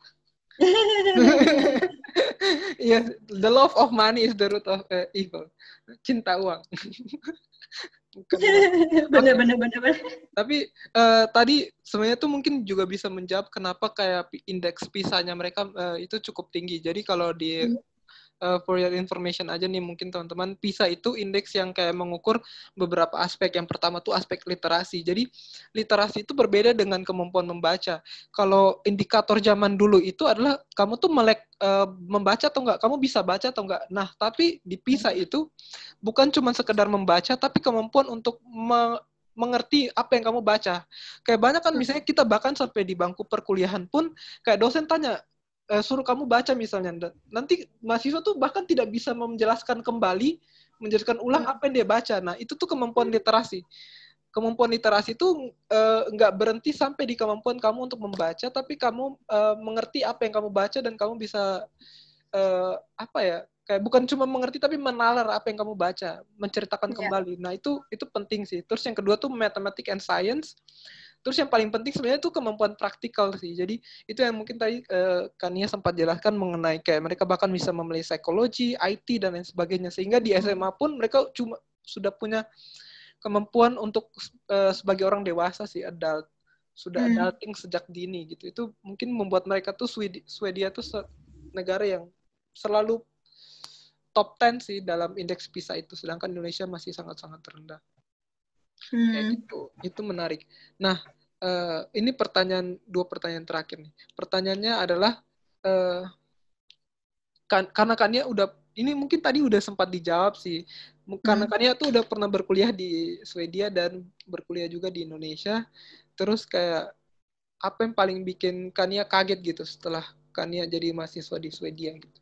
Yes, the love of money is the root of evil. Cinta uang. Bukan Bener. Tapi tadi sebenarnya tuh mungkin juga bisa menjawab kenapa kayak indeks PISA-nya mereka itu cukup tinggi. Jadi kalau di for your information aja nih mungkin teman-teman, PISA itu indeks yang kayak mengukur beberapa aspek. Yang pertama tuh aspek literasi. Jadi literasi itu berbeda dengan kemampuan membaca. Kalau indikator zaman dulu itu adalah kamu tuh melek membaca atau enggak, kamu bisa baca atau enggak. Nah, tapi di PISA itu bukan cuma sekedar membaca, tapi kemampuan untuk mengerti apa yang kamu baca. Kayak banyak kan misalnya kita bahkan sampai di bangku perkuliahan pun kayak dosen tanya, suruh kamu baca misalnya, nanti mahasiswa tuh bahkan tidak bisa menjelaskan kembali, menjelaskan ulang apa yang dia baca. Nah, itu tuh kemampuan literasi. Kemampuan literasi itu nggak berhenti sampai di kemampuan kamu untuk membaca, tapi kamu mengerti apa yang kamu baca dan kamu bisa apa ya, kayak bukan cuma mengerti tapi menalar apa yang kamu baca, menceritakan kembali. Nah, itu penting sih. Terus yang kedua tuh mathematics and science. Terus yang paling penting sebenarnya itu kemampuan praktikal sih. Jadi itu yang mungkin tadi Kania sempat jelaskan mengenai kayak mereka bahkan bisa memilih psikologi, IT dan lain sebagainya. Sehingga di SMA pun mereka cuma sudah punya kemampuan untuk sebagai orang dewasa sih, adult. Sudah adulting sejak dini gitu. Itu mungkin membuat mereka tuh Swedia tuh negara yang selalu top 10 sih dalam indeks PISA itu, sedangkan Indonesia masih sangat-sangat rendah. Kayak gitu. Itu menarik. Nah, ini dua pertanyaan terakhir nih. Pertanyaannya adalah karena Kania udah, ini mungkin tadi udah sempat dijawab sih. Karena Kania tuh udah pernah berkuliah di Swedia dan berkuliah juga di Indonesia. Terus kayak apa yang paling bikin Kania kaget gitu setelah Kania jadi mahasiswa di Swedia gitu?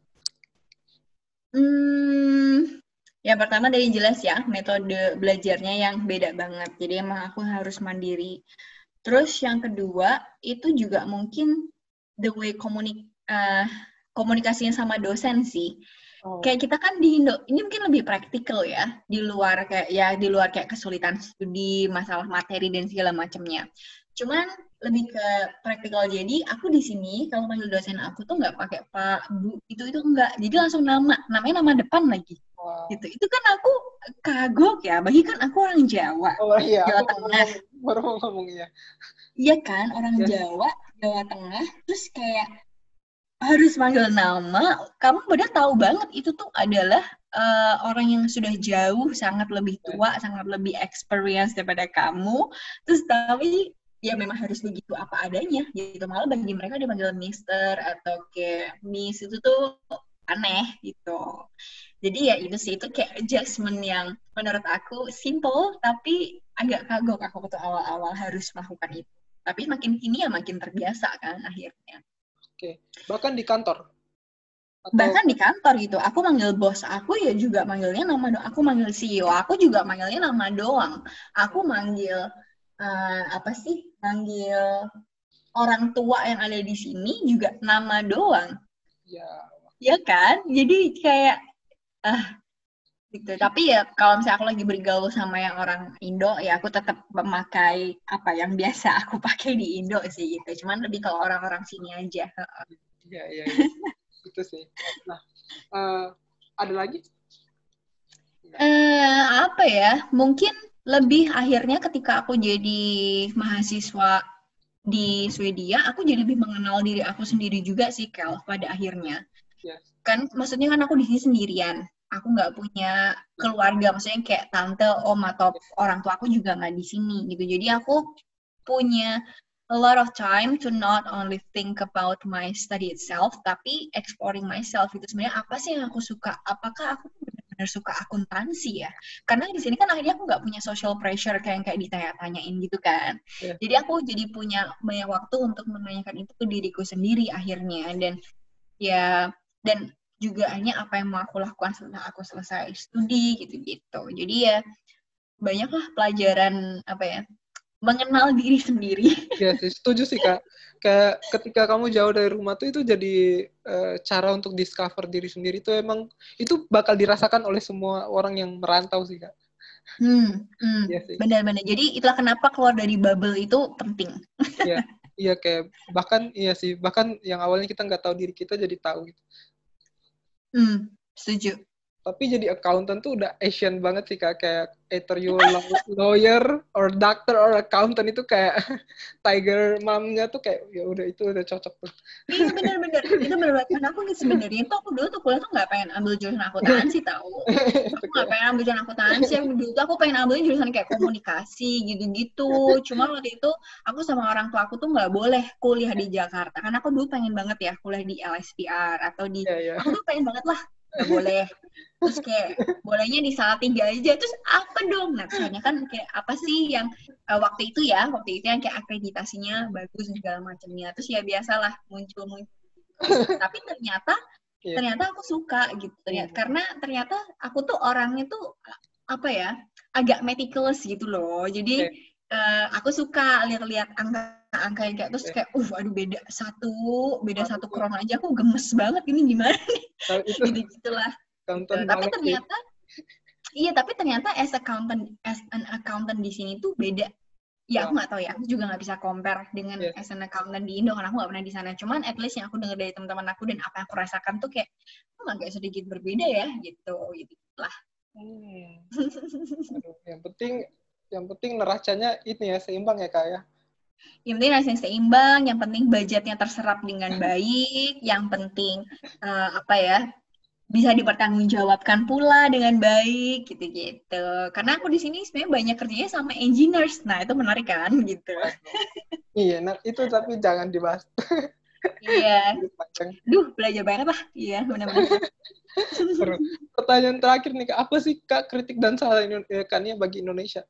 Yang pertama dari jelas ya, metode belajarnya yang beda banget. Jadi emang aku harus mandiri. Terus yang kedua, itu juga mungkin the way komunikasinya sama dosen sih. Kayak kita kan di Indo, ini mungkin lebih praktikal ya, di luar kayak kesulitan studi, masalah materi dan segala macamnya. Cuman lebih ke praktikal. Jadi aku di sini kalau panggil dosen aku tuh nggak pakai Pak, Bu, itu enggak. Jadi langsung namanya nama depan lagi. Gitu. Itu kan aku kagok ya, bagi kan aku orang Jawa. Iya, Jawa Tengah. Baru mau ngomong ya. Iya kan, orang Jawa Tengah, terus kayak harus manggil nama, kamu benar tahu banget itu tuh adalah orang yang sudah jauh, sangat lebih tua, sangat lebih experience daripada kamu, terus tapi ya memang harus begitu apa adanya gitu. Malah bagi mereka dipanggil Mister atau kayak Miss itu tuh aneh gitu. Jadi ya itu sih, itu kayak adjustment yang menurut aku simple tapi agak kagok aku waktu awal-awal harus melakukan itu. Tapi makin kini ya makin terbiasa kan akhirnya. Oke. Bahkan di kantor? Bahkan di kantor gitu, aku manggil bos aku ya juga manggilnya nama doang. Aku manggil CEO, aku juga manggilnya nama doang. Aku manggil manggil orang tua yang ada di sini juga nama doang. Ya kan? Jadi kayak gitu. Tapi ya kalau misalnya aku lagi bergaul sama yang orang Indo, ya aku tetap memakai apa yang biasa aku pakai di Indo sih gitu. Cuman lebih kalau orang-orang sini aja. Iya. Itu sih. Nah, ada lagi? Apa ya? Mungkin lebih akhirnya ketika aku jadi mahasiswa di Swedia, aku jadi lebih mengenal diri aku sendiri juga sih, Kel, pada akhirnya. Kan maksudnya kan aku di sini sendirian. Aku nggak punya keluarga, maksudnya kayak tante, om, atau orang tua aku juga nggak di sini gitu. Jadi aku punya a lot of time to not only think about my study itself, tapi exploring myself. Itu sebenarnya apa sih yang aku suka? Apakah aku benar-benar suka akuntansi ya? Karena di sini kan akhirnya aku nggak punya social pressure kayak ditanya-tanyain gitu kan. Jadi aku jadi punya banyak waktu untuk menanyakan itu ke diriku sendiri akhirnya. Dan juga hanya apa yang mau aku lakukan setelah aku selesai studi gitu-gitu. Jadi ya banyaklah pelajaran apa ya, mengenal diri sendiri. Iya sih, setuju sih Kak. Kayak ketika kamu jauh dari rumah tuh itu jadi cara untuk discover diri sendiri tuh emang itu bakal dirasakan oleh semua orang yang merantau sih Kak. Iya sih. Benar-benar. Jadi itulah kenapa keluar dari bubble itu penting. Iya, iya kayak bahkan iya sih, bahkan yang awalnya kita nggak tahu diri kita jadi tahu gitu. Setuju. Tapi jadi accountant tuh udah Asian banget sih Kak, kayak either you lawyer or doctor or accountant itu kayak tiger mom-nya tuh kayak ya udah itu udah cocok tuh. Iya benar-benar. Itu benar-benar. Karena aku sebenarnya tuh aku dulu tuh kuliah tuh nggak pengen ambil jurusan akuntansi tahu. Aku nggak pengen ambil jurusan akuntansi. Aku dulu tuh aku pengen ambil jurusan kayak komunikasi gitu-gitu. Cuma waktu itu aku sama orang tua aku tuh nggak boleh kuliah di Jakarta. Karena aku dulu pengen banget ya kuliah di LSPR atau di. Aku tuh pengen banget lah. Nggak boleh. Terus kayak bolehnya di Salatiga aja. Terus apa dong? Nah soalnya kan kayak apa sih yang waktu itu yang kayak akreditasinya bagus segala macamnya. Terus ya biasalah muncul. Tapi ternyata aku suka gitu. Karena ternyata aku tuh orangnya tuh apa ya, agak meticulous gitu loh. Jadi aku suka lihat-lihat angka yang kayak terus kayak aduh beda satu kron aja aku gemes banget, ini gimana nih. Gitu-gitulah. Tapi ternyata as an accountant di sini tuh beda. Ya aku nggak tahu ya, aku juga nggak bisa compare dengan as an accountant di Indo karena aku nggak pernah di sana. Cuman at least yang aku dengar dari teman-teman aku dan apa yang aku rasakan tuh kayak agak sedikit berbeda ya gitu lah. Yang penting neracanya ini ya seimbang ya Kak ya. Yang penting rasanya seimbang, yang penting budgetnya terserap dengan baik, yang penting bisa dipertanggungjawabkan pula dengan baik gitu-gitu. Karena aku di sini sebenarnya banyak kerjanya sama engineers. Nah, itu menarik kan gitu. Iya, nah itu tapi jangan dibahas. Iya. Belajar banget lah. Iya, benar-benar. Pertanyaan terakhir nih Kak, apa sih Kak kritik dan salahnya bagi Indonesia?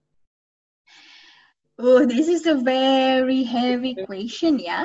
This is a very heavy question ya.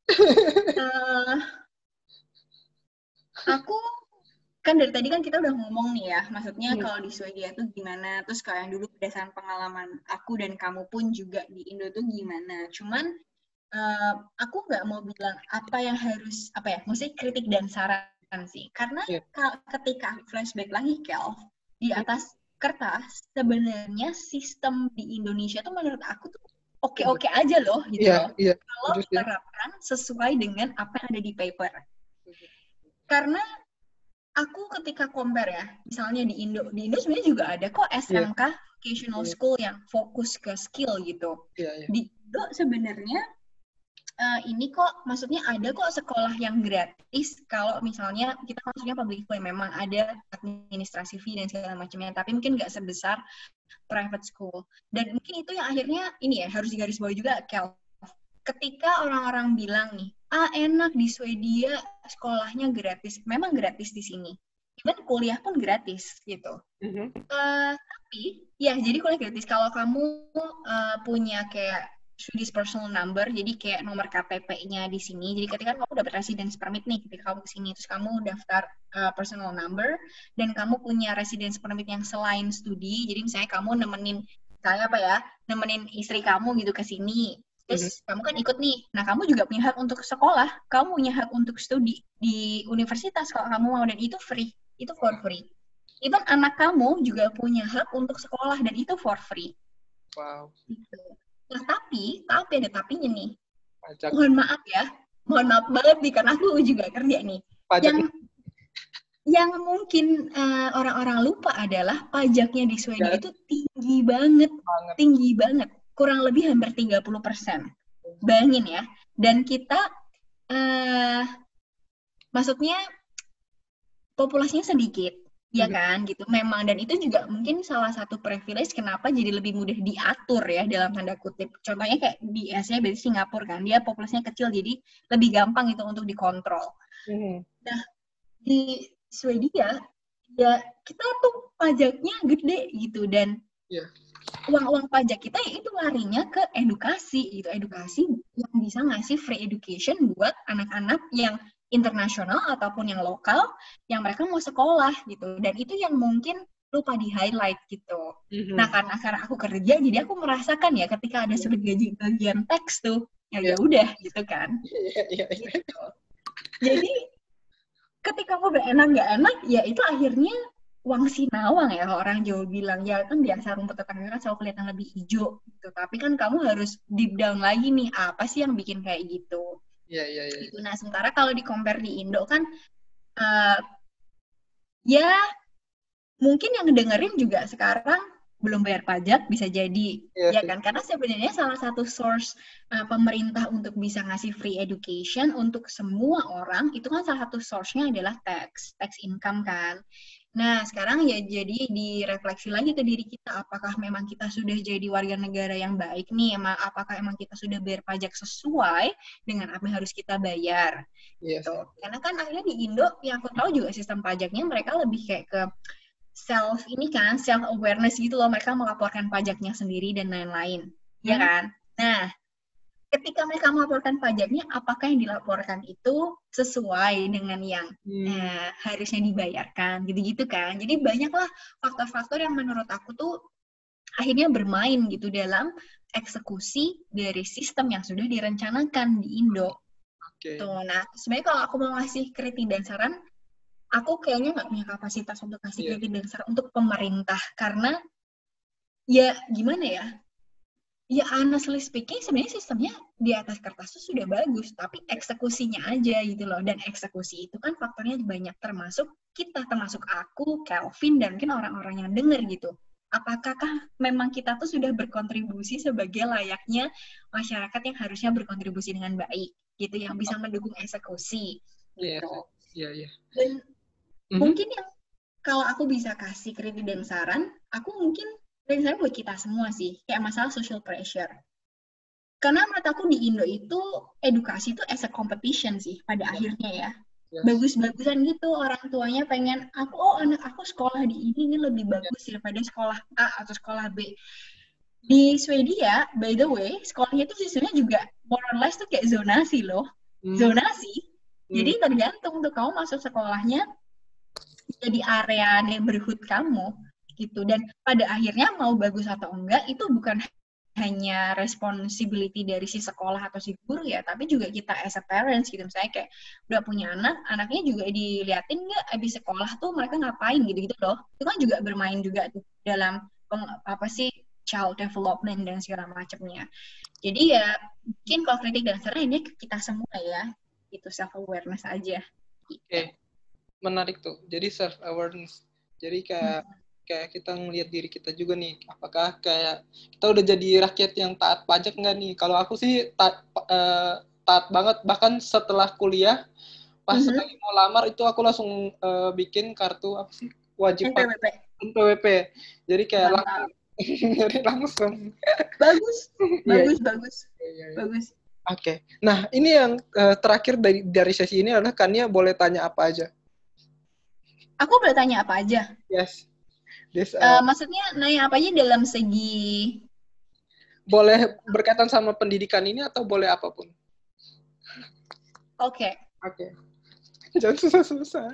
Aku kan dari tadi kan kita udah ngomong nih ya, maksudnya kalau di Swedia tuh gimana, terus kalau yang dulu berdasarkan pengalaman aku dan kamu pun juga di Indo tuh gimana. Cuman aku nggak mau bilang apa yang harus, maksudnya kritik dan saran sih. Karena ketika flashback lagi, Kel, di atas kertas, sebenarnya sistem di Indonesia tuh menurut aku tuh oke-oke aja loh, gitu loh. Kalau diterapkan sesuai dengan apa yang ada di paper. Karena aku ketika compare ya, misalnya di Indo sebenarnya juga ada kok SMK, vocational school yang fokus ke skill gitu. Di Indo sebenarnya ini kok, maksudnya ada kok sekolah yang gratis kalau misalnya kita maksudnya public school memang ada administrasi fee dan segala macamnya, tapi mungkin nggak sebesar private school. Dan mungkin itu yang akhirnya ini ya harus digarisbawahi juga, Kel. Ketika orang-orang bilang nih, enak di Swedia sekolahnya gratis, memang gratis di sini. Even kuliah pun gratis gitu. Tapi ya jadi kuliah gratis kalau kamu punya kayak Swedish personal number, jadi kayak nomor KTP-nya di sini. Jadi ketika kamu dapat residence permit nih, ketika kamu kesini terus kamu daftar personal number dan kamu punya residence permit yang selain studi. Jadi misalnya kamu nemenin istri kamu gitu ke sini. Terus kamu kan ikut nih, nah kamu juga punya hak untuk sekolah, kamu punya hak untuk studi di universitas kalau kamu mau, dan itu free, itu for free. Even anak kamu juga punya hak untuk sekolah dan itu for free. Wow. Gitu. Nah tapi ada tapinya nih. Mohon maaf banget nih karena aku juga kerja nih. Yang mungkin orang-orang lupa adalah pajaknya di Swedia itu tinggi banget. Kurang lebih hampir 30%. Bayangin ya. Dan kita, maksudnya populasinya sedikit, ya kan? Gitu. Memang, dan itu juga mungkin salah satu privilege kenapa jadi lebih mudah diatur ya, dalam tanda kutip. Contohnya kayak di Asia, berarti Singapura kan, dia populasinya kecil, jadi lebih gampang itu untuk dikontrol. Nah, di Swedia, ya kita tuh pajaknya gede gitu, dan uang-uang pajak kita itu larinya ke edukasi gitu, edukasi yang bisa ngasih free education buat anak-anak yang internasional ataupun yang lokal yang mereka mau sekolah gitu. Dan itu yang mungkin lupa di highlight gitu. Mhm. Nah karena aku kerja, jadi aku merasakan ya ketika ada bagian teks tuh, ya udah gitu kan. Iya. Gitu. Jadi ketika aku nggak enak, ya itu akhirnya wang sinawang ya orang Jawa bilang. Ya kan biasa rumput tetangga kan selalu kelihatan lebih hijau gitu. Tapi kan kamu harus deep down lagi nih, apa sih yang bikin kayak gitu. Iya. Gitu. Nah sementara kalau di compare di Indo kan ya mungkin yang dengerin juga sekarang belum bayar pajak bisa jadi, Iya ya sih. kan? Karena sebenarnya salah satu source pemerintah untuk bisa ngasih free education untuk semua orang, itu kan salah satu source-nya adalah tax income kan. Nah, sekarang ya jadi direfleksi lagi ke diri kita, apakah memang kita sudah jadi warga negara yang baik nih, apakah emang kita sudah bayar pajak sesuai dengan apa yang harus kita bayar. Iya Gitu. sih. Karena kan akhirnya di Indo, yang aku tahu juga sistem pajaknya mereka lebih kayak ke self awareness gitu loh, mereka melaporkan pajaknya sendiri dan lain-lain, ya kan? Nah, ketika mereka melaporkan pajaknya, apakah yang dilaporkan itu sesuai dengan yang harusnya dibayarkan, gitu-gitu kan? Jadi banyaklah faktor-faktor yang menurut aku tuh akhirnya bermain gitu dalam eksekusi dari sistem yang sudah direncanakan di Indo. Oke. Tuh, nah sebenarnya kalau aku mau ngasih kritik dan saran, aku kayaknya nggak punya kapasitas untuk kasih kritik dan saran untuk pemerintah, karena ya gimana ya, ya honestly speaking sebenarnya sistemnya di atas kertas itu sudah bagus, tapi eksekusinya aja gitu loh. Dan eksekusi itu kan faktornya banyak, termasuk kita, termasuk aku, Kelvin, dan mungkin orang-orang yang dengar gitu. Apakah memang kita tuh sudah berkontribusi sebagai layaknya masyarakat yang harusnya berkontribusi dengan baik gitu, yang bisa mendukung eksekusi gitu. Iya. Dan mungkin yang kalau aku bisa kasih kritik dan saran, aku mungkin dan saran buat kita semua sih, kayak masalah social pressure. Karena menurut aku di Indo itu edukasi itu as a competition sih pada akhirnya ya. Bagus-bagusan gitu, orang tuanya pengen anak aku sekolah di ini lebih bagus daripada sekolah A atau sekolah B. Di Swedia, by the way, sekolahnya itu sistemnya juga more or less tuh kayak zonasi loh. Zonasi. Jadi tergantung tuh kamu masuk sekolahnya jadi area neighborhood kamu gitu. Dan pada akhirnya mau bagus atau enggak itu bukan hanya responsibility dari si sekolah atau si guru ya, tapi juga kita as a parents gitu. Misalnya kayak udah punya anak, anaknya juga diliatin nggak abis sekolah tuh mereka ngapain gitu-gitu loh. Itu kan juga bermain juga tuh dalam child development dan segala macamnya. Jadi ya mungkin kalau kritik dan saran ini kita semua ya, itu self awareness aja. Oke. Menarik tuh. Jadi self awareness. Jadi kayak kita ngelihat diri kita juga nih, apakah kayak kita udah jadi rakyat yang taat pajak nggak nih? Kalau aku sih taat banget, bahkan setelah kuliah pas lagi mau lamar itu aku langsung bikin kartu apa sih wajib pajak NPWP. Jadi kayak langsung bagus. Oke. Nah ini yang terakhir dari sesi ini adalah Kania boleh tanya apa aja? Aku boleh tanya apa aja? Yes. Maksudnya nanya apa aja dalam segi... Boleh berkaitan sama pendidikan ini atau boleh apapun? Oke. Jangan susah-susah.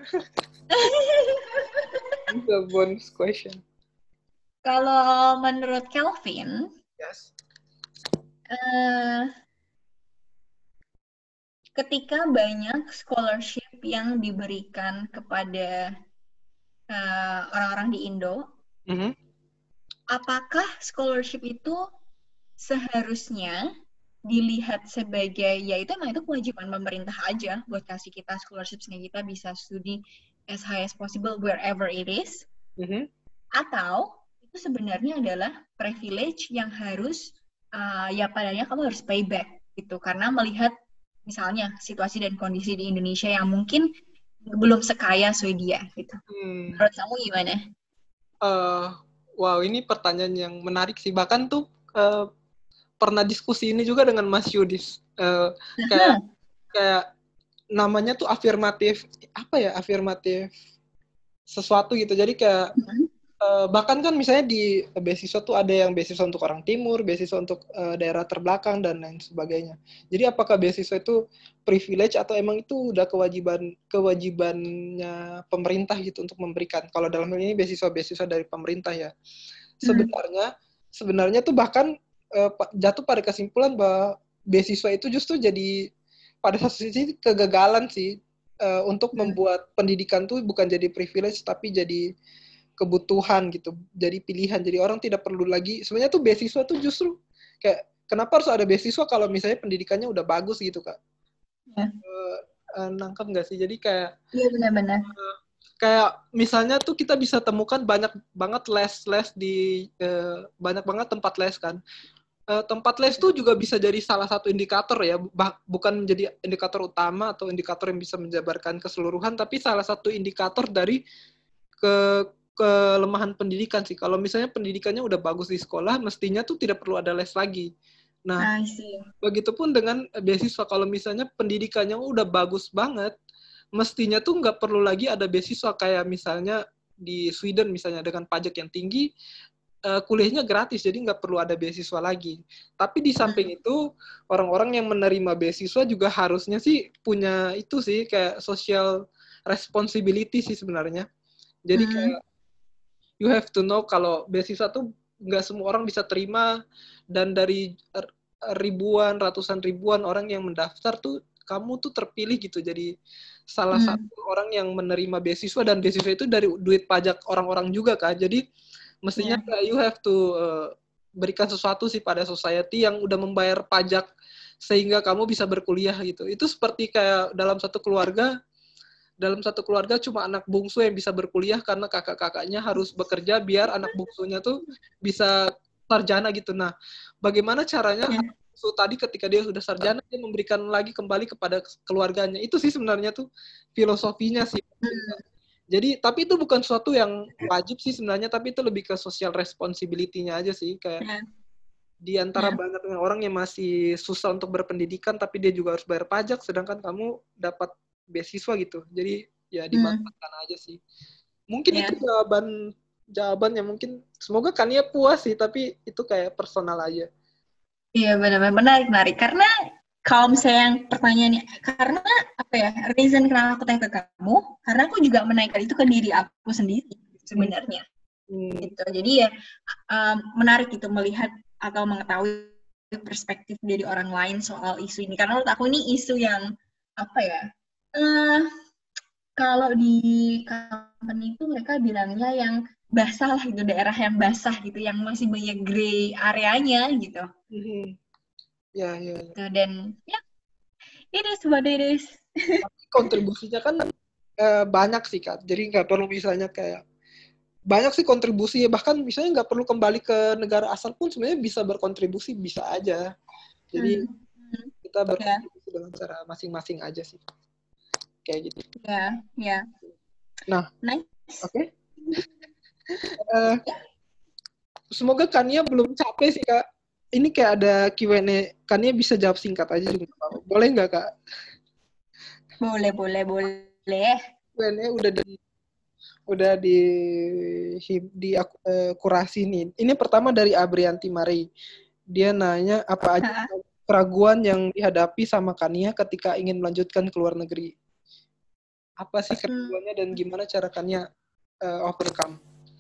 It's a bonus question. Kalau menurut Kelvin, yes. Ketika banyak scholarship yang diberikan kepada orang-orang di Indo, apakah scholarship itu seharusnya dilihat sebagai, ya itu emang itu kewajiban pemerintah aja buat kasih kita scholarship sehingga kita bisa studi as high as possible wherever it is, atau itu sebenarnya adalah privilege yang harus ya padanya kamu harus pay back gitu, karena melihat misalnya situasi dan kondisi di Indonesia yang mungkin belum sekaya Swedia gitu. Menurut kamu gimana? Wow, ini pertanyaan yang menarik sih. Bahkan tuh pernah diskusi ini juga dengan Mas Yudis. Kayak namanya tuh afirmatif sesuatu gitu. Jadi kayak Bahkan kan misalnya di beasiswa tuh ada yang beasiswa untuk orang timur, beasiswa untuk daerah terbelakang dan lain sebagainya. Jadi apakah beasiswa itu privilege atau emang itu udah kewajibannya pemerintah gitu untuk memberikan? Kalau dalam hal ini beasiswa dari pemerintah ya. Sebenarnya tuh bahkan jatuh pada kesimpulan bahwa beasiswa itu justru jadi pada satu sisi kegagalan sih untuk membuat pendidikan tuh bukan jadi privilege tapi jadi kebutuhan gitu, jadi pilihan. Jadi orang tidak perlu lagi, sebenarnya tuh beasiswa tuh justru kayak kenapa harus ada beasiswa kalau misalnya pendidikannya udah bagus gitu Kak. Ya. Nangkep nggak sih? Jadi kayak Iya benar-benar. Kayak misalnya tuh kita bisa temukan banyak banget les di banyak banget tempat les kan. Tempat les tuh juga bisa jadi salah satu indikator ya, bukan menjadi indikator utama atau indikator yang bisa menjabarkan keseluruhan, tapi salah satu indikator dari kelemahan pendidikan sih. Kalau misalnya pendidikannya udah bagus di sekolah, mestinya tuh tidak perlu ada les lagi. Nah, begitupun dengan beasiswa. Kalau misalnya pendidikannya udah bagus banget, mestinya tuh nggak perlu lagi ada beasiswa kayak misalnya di Sweden misalnya dengan pajak yang tinggi, kuliahnya gratis, jadi nggak perlu ada beasiswa lagi. Tapi di samping itu, orang-orang yang menerima beasiswa juga harusnya sih punya itu sih, kayak social responsibility sih sebenarnya. Jadi kayak you have to know kalau beasiswa tuh nggak semua orang bisa terima, dan dari ratusan ribuan orang yang mendaftar tuh kamu tuh terpilih gitu jadi salah satu orang yang menerima beasiswa, dan beasiswa itu dari duit pajak orang-orang juga kan. Jadi mestinya you have to berikan sesuatu sih pada society yang udah membayar pajak sehingga kamu bisa berkuliah gitu. Itu seperti kayak dalam satu keluarga cuma anak bungsu yang bisa berkuliah karena kakak-kakaknya harus bekerja biar anak bungsunya tuh bisa sarjana gitu. Nah, bagaimana caranya bungsu tadi ketika dia sudah sarjana dia memberikan lagi kembali kepada keluarganya. Itu sih sebenarnya tuh filosofinya sih. Jadi, tapi itu bukan sesuatu yang wajib sih sebenarnya, tapi itu lebih ke social responsibility-nya aja sih, kayak di antara banyak orang yang masih susah untuk berpendidikan tapi dia juga harus bayar pajak, sedangkan kamu dapat beasiswa gitu. Jadi ya dimanfaatkan aja sih. Mungkin itu jawaban yang mungkin semoga Kania puas sih, tapi itu kayak personal aja. Iya benar-benar menarik. Karena kalau misalnya yang pertanyaannya, karena apa ya, reason kenapa aku tanya ke kamu, karena aku juga menaikkan itu ke diri aku sendiri sebenarnya. Gitu. Jadi ya menarik gitu melihat atau mengetahui perspektif dari orang lain soal isu ini. Karena menurut aku ini isu yang apa ya? Kalau di company itu mereka bilangnya yang basah lah gitu, daerah yang basah gitu, yang masih banyak gray areanya gitu. Ya. Gitu, dan ya, it is what it is. Kontribusinya kan banyak sih Kak. Jadi nggak perlu misalnya kayak banyak sih kontribusi, bahkan misalnya nggak perlu kembali ke negara asal pun sebenarnya bisa berkontribusi, bisa aja. Jadi kita berkontribusi dengan cara masing-masing aja sih. Kayak gitu. Ya. Nah, nice. Oke. Semoga Kania belum capek sih Kak. Ini kayak ada Q&A. Kania bisa jawab singkat aja juga. Boleh nggak Kak? Boleh. Q&A udah di kurasi nih. Ini pertama dari Abrianti Mari. Dia nanya apa aja keraguan yang dihadapi sama Kania ketika ingin melanjutkan ke luar negeri. Apa sih keraguannya dan gimana cara Kania overcome?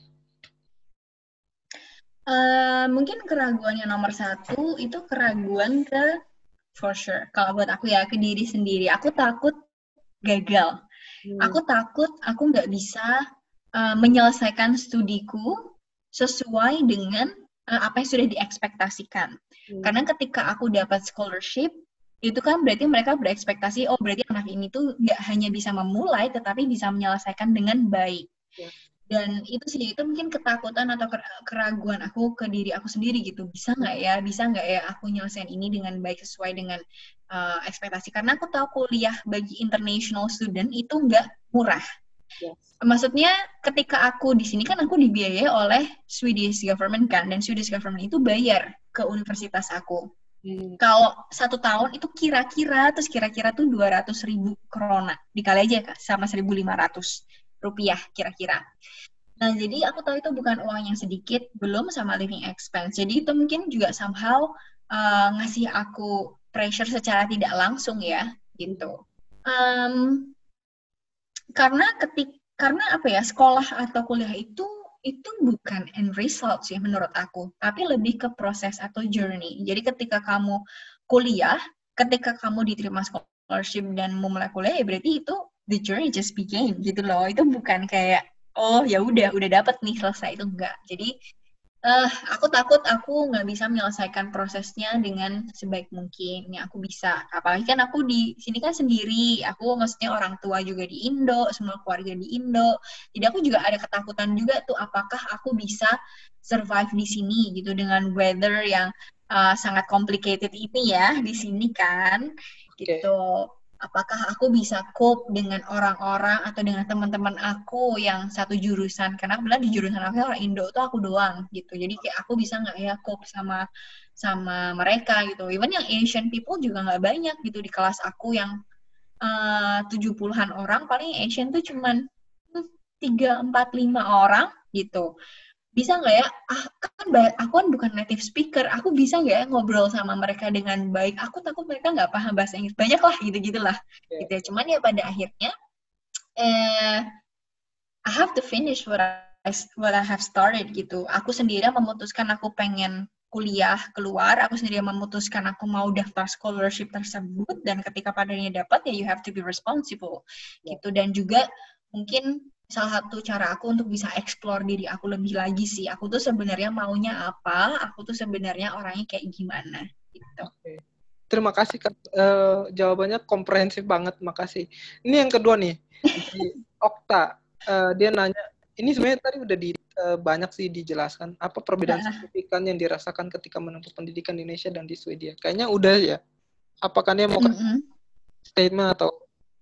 Mungkin keraguan yang nomor satu itu keraguan for sure. Kalau buat aku ya, ke diri sendiri. Aku takut gagal. Aku takut aku nggak bisa menyelesaikan studiku sesuai dengan apa yang sudah diekspektasikan. Karena ketika aku dapat scholarship, itu kan berarti mereka berekspektasi, oh berarti anak ini tuh nggak hanya bisa memulai, tetapi bisa menyelesaikan dengan baik. Dan itu sih, itu mungkin ketakutan atau keraguan aku ke diri aku sendiri gitu. Bisa nggak ya aku nyelesain ini dengan baik sesuai dengan ekspektasi. Karena aku tahu kuliah bagi international student itu nggak murah. Maksudnya ketika aku di sini kan aku dibiayai oleh Swedish government kan, dan Swedish government itu bayar ke universitas aku. Kalau 1 tahun itu kira-kira tuh 200.000 krona. Dikali aja Kak, sama 1.500 rupiah kira-kira. Nah, jadi aku tahu itu bukan uang yang sedikit, belum sama living expense. Jadi itu mungkin juga somehow ngasih aku pressure secara tidak langsung ya, gitu. Um, karena apa ya, sekolah atau kuliah itu bukan end result sih menurut aku, tapi lebih ke proses atau journey. Jadi ketika kamu kuliah, ketika kamu diterima scholarship dan memulai kuliah, ya berarti itu the journey just began gitu loh. Itu bukan kayak oh ya udah dapet nih selesai, itu enggak. Jadi aku takut aku nggak bisa menyelesaikan prosesnya dengan sebaik mungkin. Yang aku bisa. Apalagi kan aku di sini kan sendiri. Aku maksudnya orang tua juga di Indo, semua keluarga di Indo. Jadi aku juga ada ketakutan juga tuh, apakah aku bisa survive di sini gitu dengan weather yang sangat complicated ini ya di sini kan. Oke. Gitu. Apakah aku bisa cope dengan orang-orang atau dengan teman-teman aku yang satu jurusan, karena aku bilang di jurusan aku orang Indo tuh aku doang gitu, jadi kayak aku bisa nggak ya cope sama mereka gitu. Even yang Asian people juga nggak banyak gitu di kelas aku, yang 70-an orang, paling Asian tuh cuman 3, 4, 5 orang gitu. Bisa nggak ya, aku kan bukan native speaker, aku bisa nggak ya ngobrol sama mereka dengan baik? Aku takut mereka nggak paham bahasa Inggris. Banyak lah gitu-gitulah. Gitu ya. Cuman ya pada akhirnya, I have to finish what I have started gitu. Aku sendiri memutuskan aku pengen kuliah keluar, aku sendiri memutuskan aku mau daftar scholarship tersebut, dan ketika padanya dapat ya you have to be responsible gitu. Dan juga mungkin salah satu cara aku untuk bisa explore diri aku lebih lagi sih, aku tuh sebenarnya maunya apa, aku tuh sebenarnya orangnya kayak gimana gitu. Oke. Terima kasih Kak. Jawabannya komprehensif banget, makasih. Ini yang kedua nih, di Okta. Dia nanya, ini sebenarnya tadi udah banyak sih dijelaskan, apa perbedaan signifikan yang dirasakan ketika menempuh pendidikan di Indonesia dan di Swedia. Kayaknya udah ya. Apakah dia mau statement atau?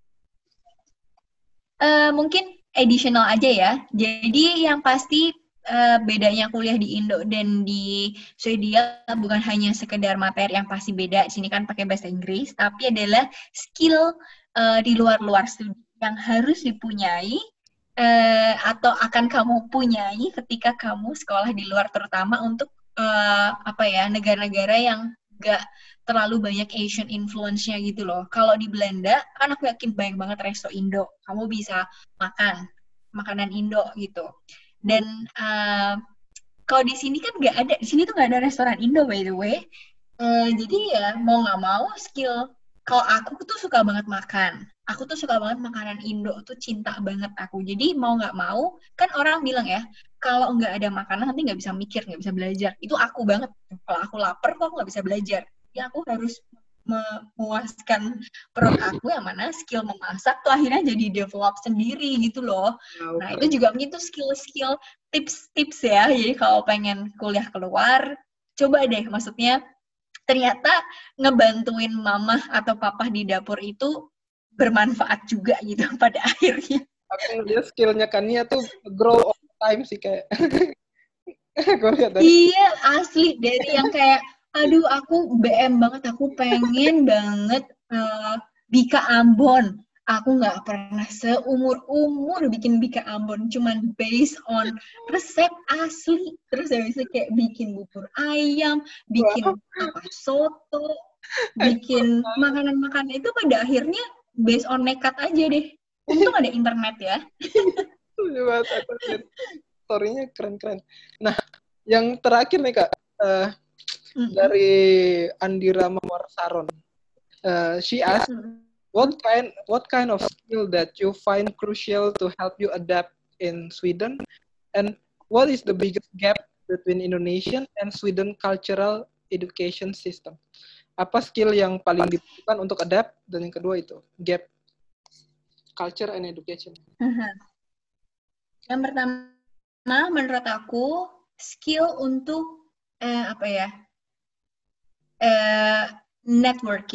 Mungkin additional aja ya. Jadi yang pasti bedanya kuliah di Indo dan di Swedia bukan hanya sekedar materi yang pasti beda. Di sini kan pakai bahasa Inggris, tapi adalah skill di luar studi yang harus dipunyai atau akan kamu punyai ketika kamu sekolah di luar, terutama untuk negara-negara yang nggak terlalu banyak Asian influence-nya gitu loh. Kalau di Belanda, kan aku yakin banyak banget resto Indo. Kamu bisa makan makanan Indo gitu. Dan kalau di sini kan nggak ada. Di sini tuh nggak ada restoran Indo, by the way. Jadi ya mau nggak mau skill. Kalau aku tuh suka banget makan. Aku tuh suka banget makanan Indo tuh, cinta banget aku. Jadi mau nggak mau, kan orang bilang ya, kalau nggak ada makanan nanti nggak bisa mikir, nggak bisa belajar. Itu aku banget. Kalau aku lapar kok aku nggak bisa belajar. Ya aku harus memuaskan perut aku, yang mana skill memasak tuh akhirnya jadi develop sendiri gitu loh. Nah itu juga mungkin tuh skill-skill, tips-tips ya. Jadi kalau pengen kuliah keluar, coba deh, maksudnya ternyata ngebantuin mama atau papa di dapur itu bermanfaat juga gitu pada akhirnya. Aku ngeliat skillnya Kania tuh grow over time sih kayak. Iya, asli. Dari yang kayak, aduh aku BM banget, aku pengen banget Bika Ambon. Aku nggak pernah seumur-umur bikin Bika Ambon, cuman based on resep asli. Terus habis itu kayak bikin bubur ayam, bikin soto, bikin makanan-makanan itu pada akhirnya based on nekat aja deh. Untung ada internet ya. Story-nya keren-keren. Nah, yang terakhir nih Kak, dari Andira Mawar Saron. She asked, what kind of skill that you find crucial to help you adapt in Sweden, and what is the biggest gap between Indonesian and Sweden cultural education system? Apa skill yang paling dibutuhkan untuk adapt, dan yang kedua itu gap culture and education. Yang pertama menurut aku skill untuk networking.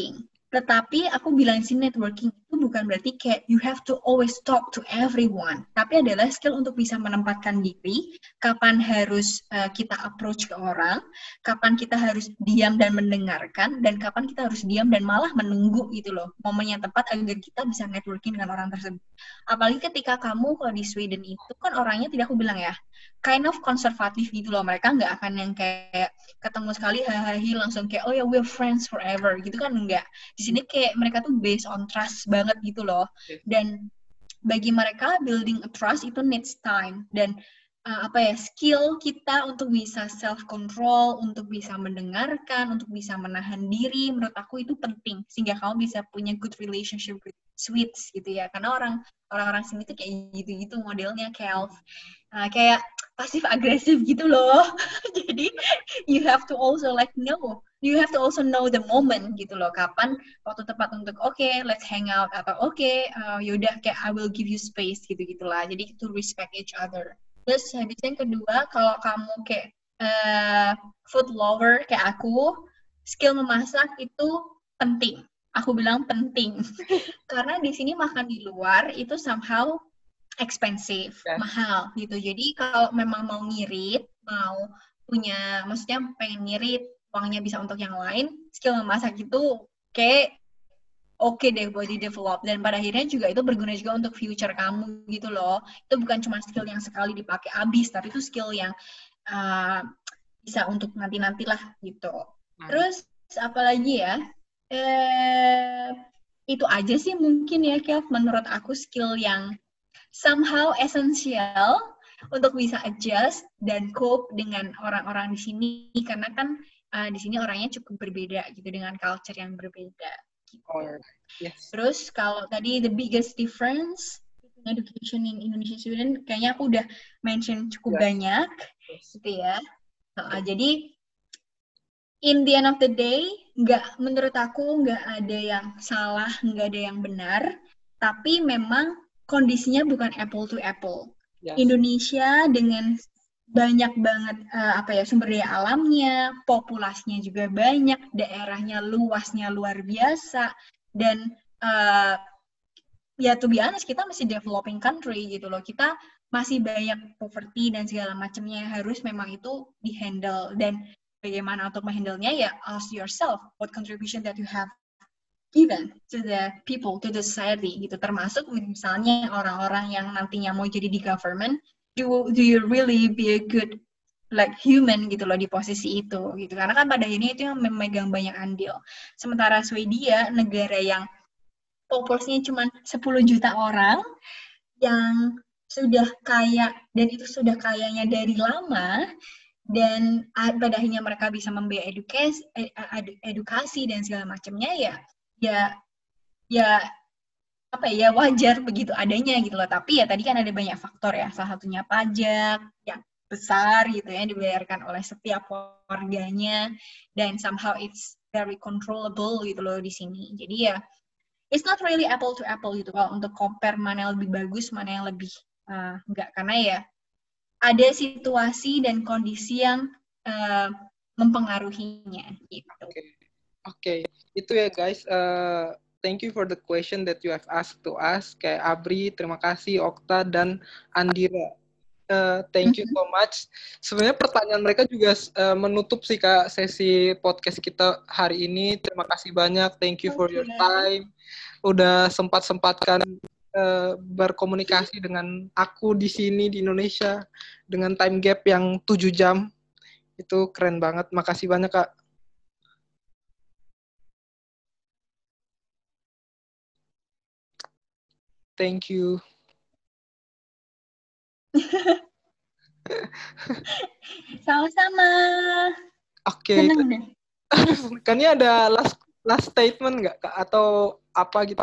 Tetapi aku bilang sih networking itu bukan berarti kayak you have to always talk to everyone. Tapi adalah skill untuk bisa menempatkan diri, kapan harus kita approach ke orang, kapan kita harus diam dan mendengarkan, dan kapan kita harus diam dan malah menunggu gitu loh. Momen yang tepat agar kita bisa networking dengan orang tersebut. Apalagi ketika kamu kalau di Sweden itu kan orangnya tidak aku bilang ya, kind of konservatif gitu loh. Mereka nggak akan yang kayak ketemu sekali hahaha langsung kayak oh ya we're friends forever gitu kan enggak. Di sini kayak mereka tuh based on trust banget gitu loh. Dan bagi mereka building a trust itu needs time dan skill kita untuk bisa self control, untuk bisa mendengarkan, untuk bisa menahan diri, menurut aku itu penting sehingga kamu bisa punya good relationship with Swedes gitu ya. Karena orang-orang sini tuh kayak gitu-gitu modelnya kayak pasif agresif gitu loh. Jadi you have to also you have to also know the moment gitu loh, kapan waktu tepat untuk let's hang out atau yaudah kayak I will give you space gitu-gitulah. Jadi to respect each other. Terus habis yang kedua, kalau kamu kayak food lover kayak aku, skill memasak itu penting. Aku bilang penting. Karena di sini makan di luar itu somehow expensive, mahal gitu. Jadi kalau memang mau ngirit, mau punya, maksudnya pengen ngirit, uangnya bisa untuk yang lain, skill memasak itu kayak oke deh buat di develop, dan pada akhirnya juga itu berguna juga untuk future kamu gitu loh. Itu bukan cuma skill yang sekali dipakai habis, tapi itu skill yang bisa untuk nanti-nanti lah gitu. Terus apalagi ya, itu aja sih mungkin ya Kev, menurut aku skill yang somehow essential untuk bisa adjust dan cope dengan orang-orang di sini, karena kan di sini orangnya cukup berbeda gitu dengan culture yang berbeda. Gitu. Yes. Terus kalau tadi the biggest difference education in Indonesia Sweden, kayaknya aku udah mention cukup banyak, gitu ya. Jadi in the end of the day, menurut aku nggak ada yang salah, nggak ada yang benar, tapi memang kondisinya bukan apple to apple. Yes. Indonesia dengan banyak banget sumber daya alamnya, populasinya juga banyak, daerahnya luasnya luar biasa, dan to be honest kita masih developing country gitu loh, kita masih banyak poverty dan segala macamnya, harus memang itu dihandle. Dan bagaimana untuk menghandle-nya ya ask yourself what contribution that you have given to the people, to the society gitu, termasuk misalnya orang-orang yang nantinya mau jadi di government. Do you really be a good human gitu loh di posisi itu gitu, karena kan pada ini itu yang memegang banyak andil. Sementara Swedia, negara yang populasinya cuma 10 juta orang, yang sudah kaya, dan itu sudah kayanya dari lama, dan pada akhirnya mereka bisa membiayai edukasi dan segala macamnya ya wajar begitu adanya gitu loh. Tapi ya tadi kan ada banyak faktor ya, salah satunya pajak yang besar gitu ya, dibayarkan oleh setiap warganya, dan somehow it's very controllable gitu loh di sini. Jadi ya it's not really apple to apple gitu kalau untuk compare mana yang lebih bagus, mana yang lebih enggak, karena ya ada situasi dan kondisi yang mempengaruhinya gitu. Oke. Itu ya guys. Thank you for the question that you have asked to us. Kayak Abri, terima kasih, Okta, dan Andira. Thank you so much. Sebenarnya pertanyaan mereka juga menutup sih Kak sesi podcast kita hari ini. Terima kasih banyak. Thank you for your time. Udah sempat-sempatkan berkomunikasi dengan aku di sini di Indonesia dengan time gap yang 7 jam. Itu keren banget. Makasih banyak Kak. Thank you. Sama-sama. Oke. Kan ini ada last statement nggak Kak? Atau apa gitu?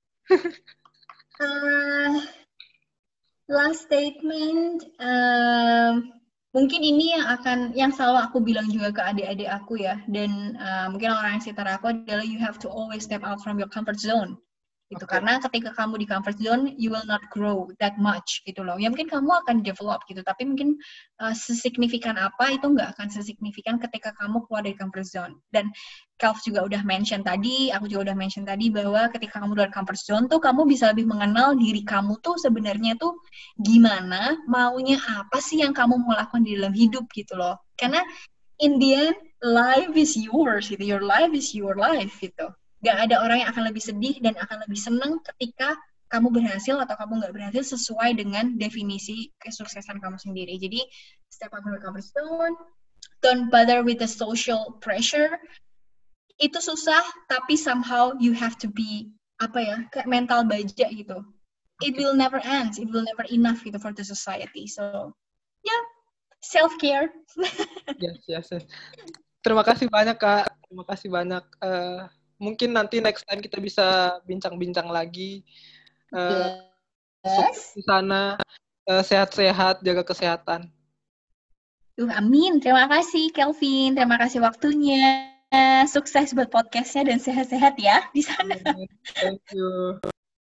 Last statement, mungkin ini yang selalu aku bilang juga ke adik-adik aku ya, dan mungkin orang yang sekitar aku adalah you have to always step out from your comfort zone. gitu. Okay. Karena ketika kamu di comfort zone, you will not grow that much gitu loh. Ya mungkin kamu akan develop gitu, tapi mungkin sesignifikan apa itu nggak akan sesignifikan ketika kamu keluar dari comfort zone. Dan Kelv juga udah mention tadi, aku juga udah mention tadi bahwa ketika kamu dari comfort zone tuh kamu bisa lebih mengenal diri kamu tuh sebenarnya tuh gimana, maunya apa sih yang kamu mau lakukan di dalam hidup gitu loh. Karena in the end, life is yours gitu. Your life is your life gitu. Gak ada orang yang akan lebih sedih dan akan lebih senang ketika kamu berhasil atau kamu nggak berhasil sesuai dengan definisi kesuksesan kamu sendiri. Jadi, step out from the comfort zone, don't bother with the social pressure. Itu susah, tapi somehow you have to be, kayak mental baja gitu. It will never end, it will never enough gitu for the society. So, yeah, self-care. Yes. Terima kasih banyak, Kak. Terima kasih banyak. Mungkin nanti next time kita bisa bincang-bincang lagi. Sukses di sana. Sehat-sehat, jaga kesehatan. Amin. Terima kasih, Kelvin. Terima kasih waktunya. Sukses buat podcastnya dan sehat-sehat ya di sana. Thank you.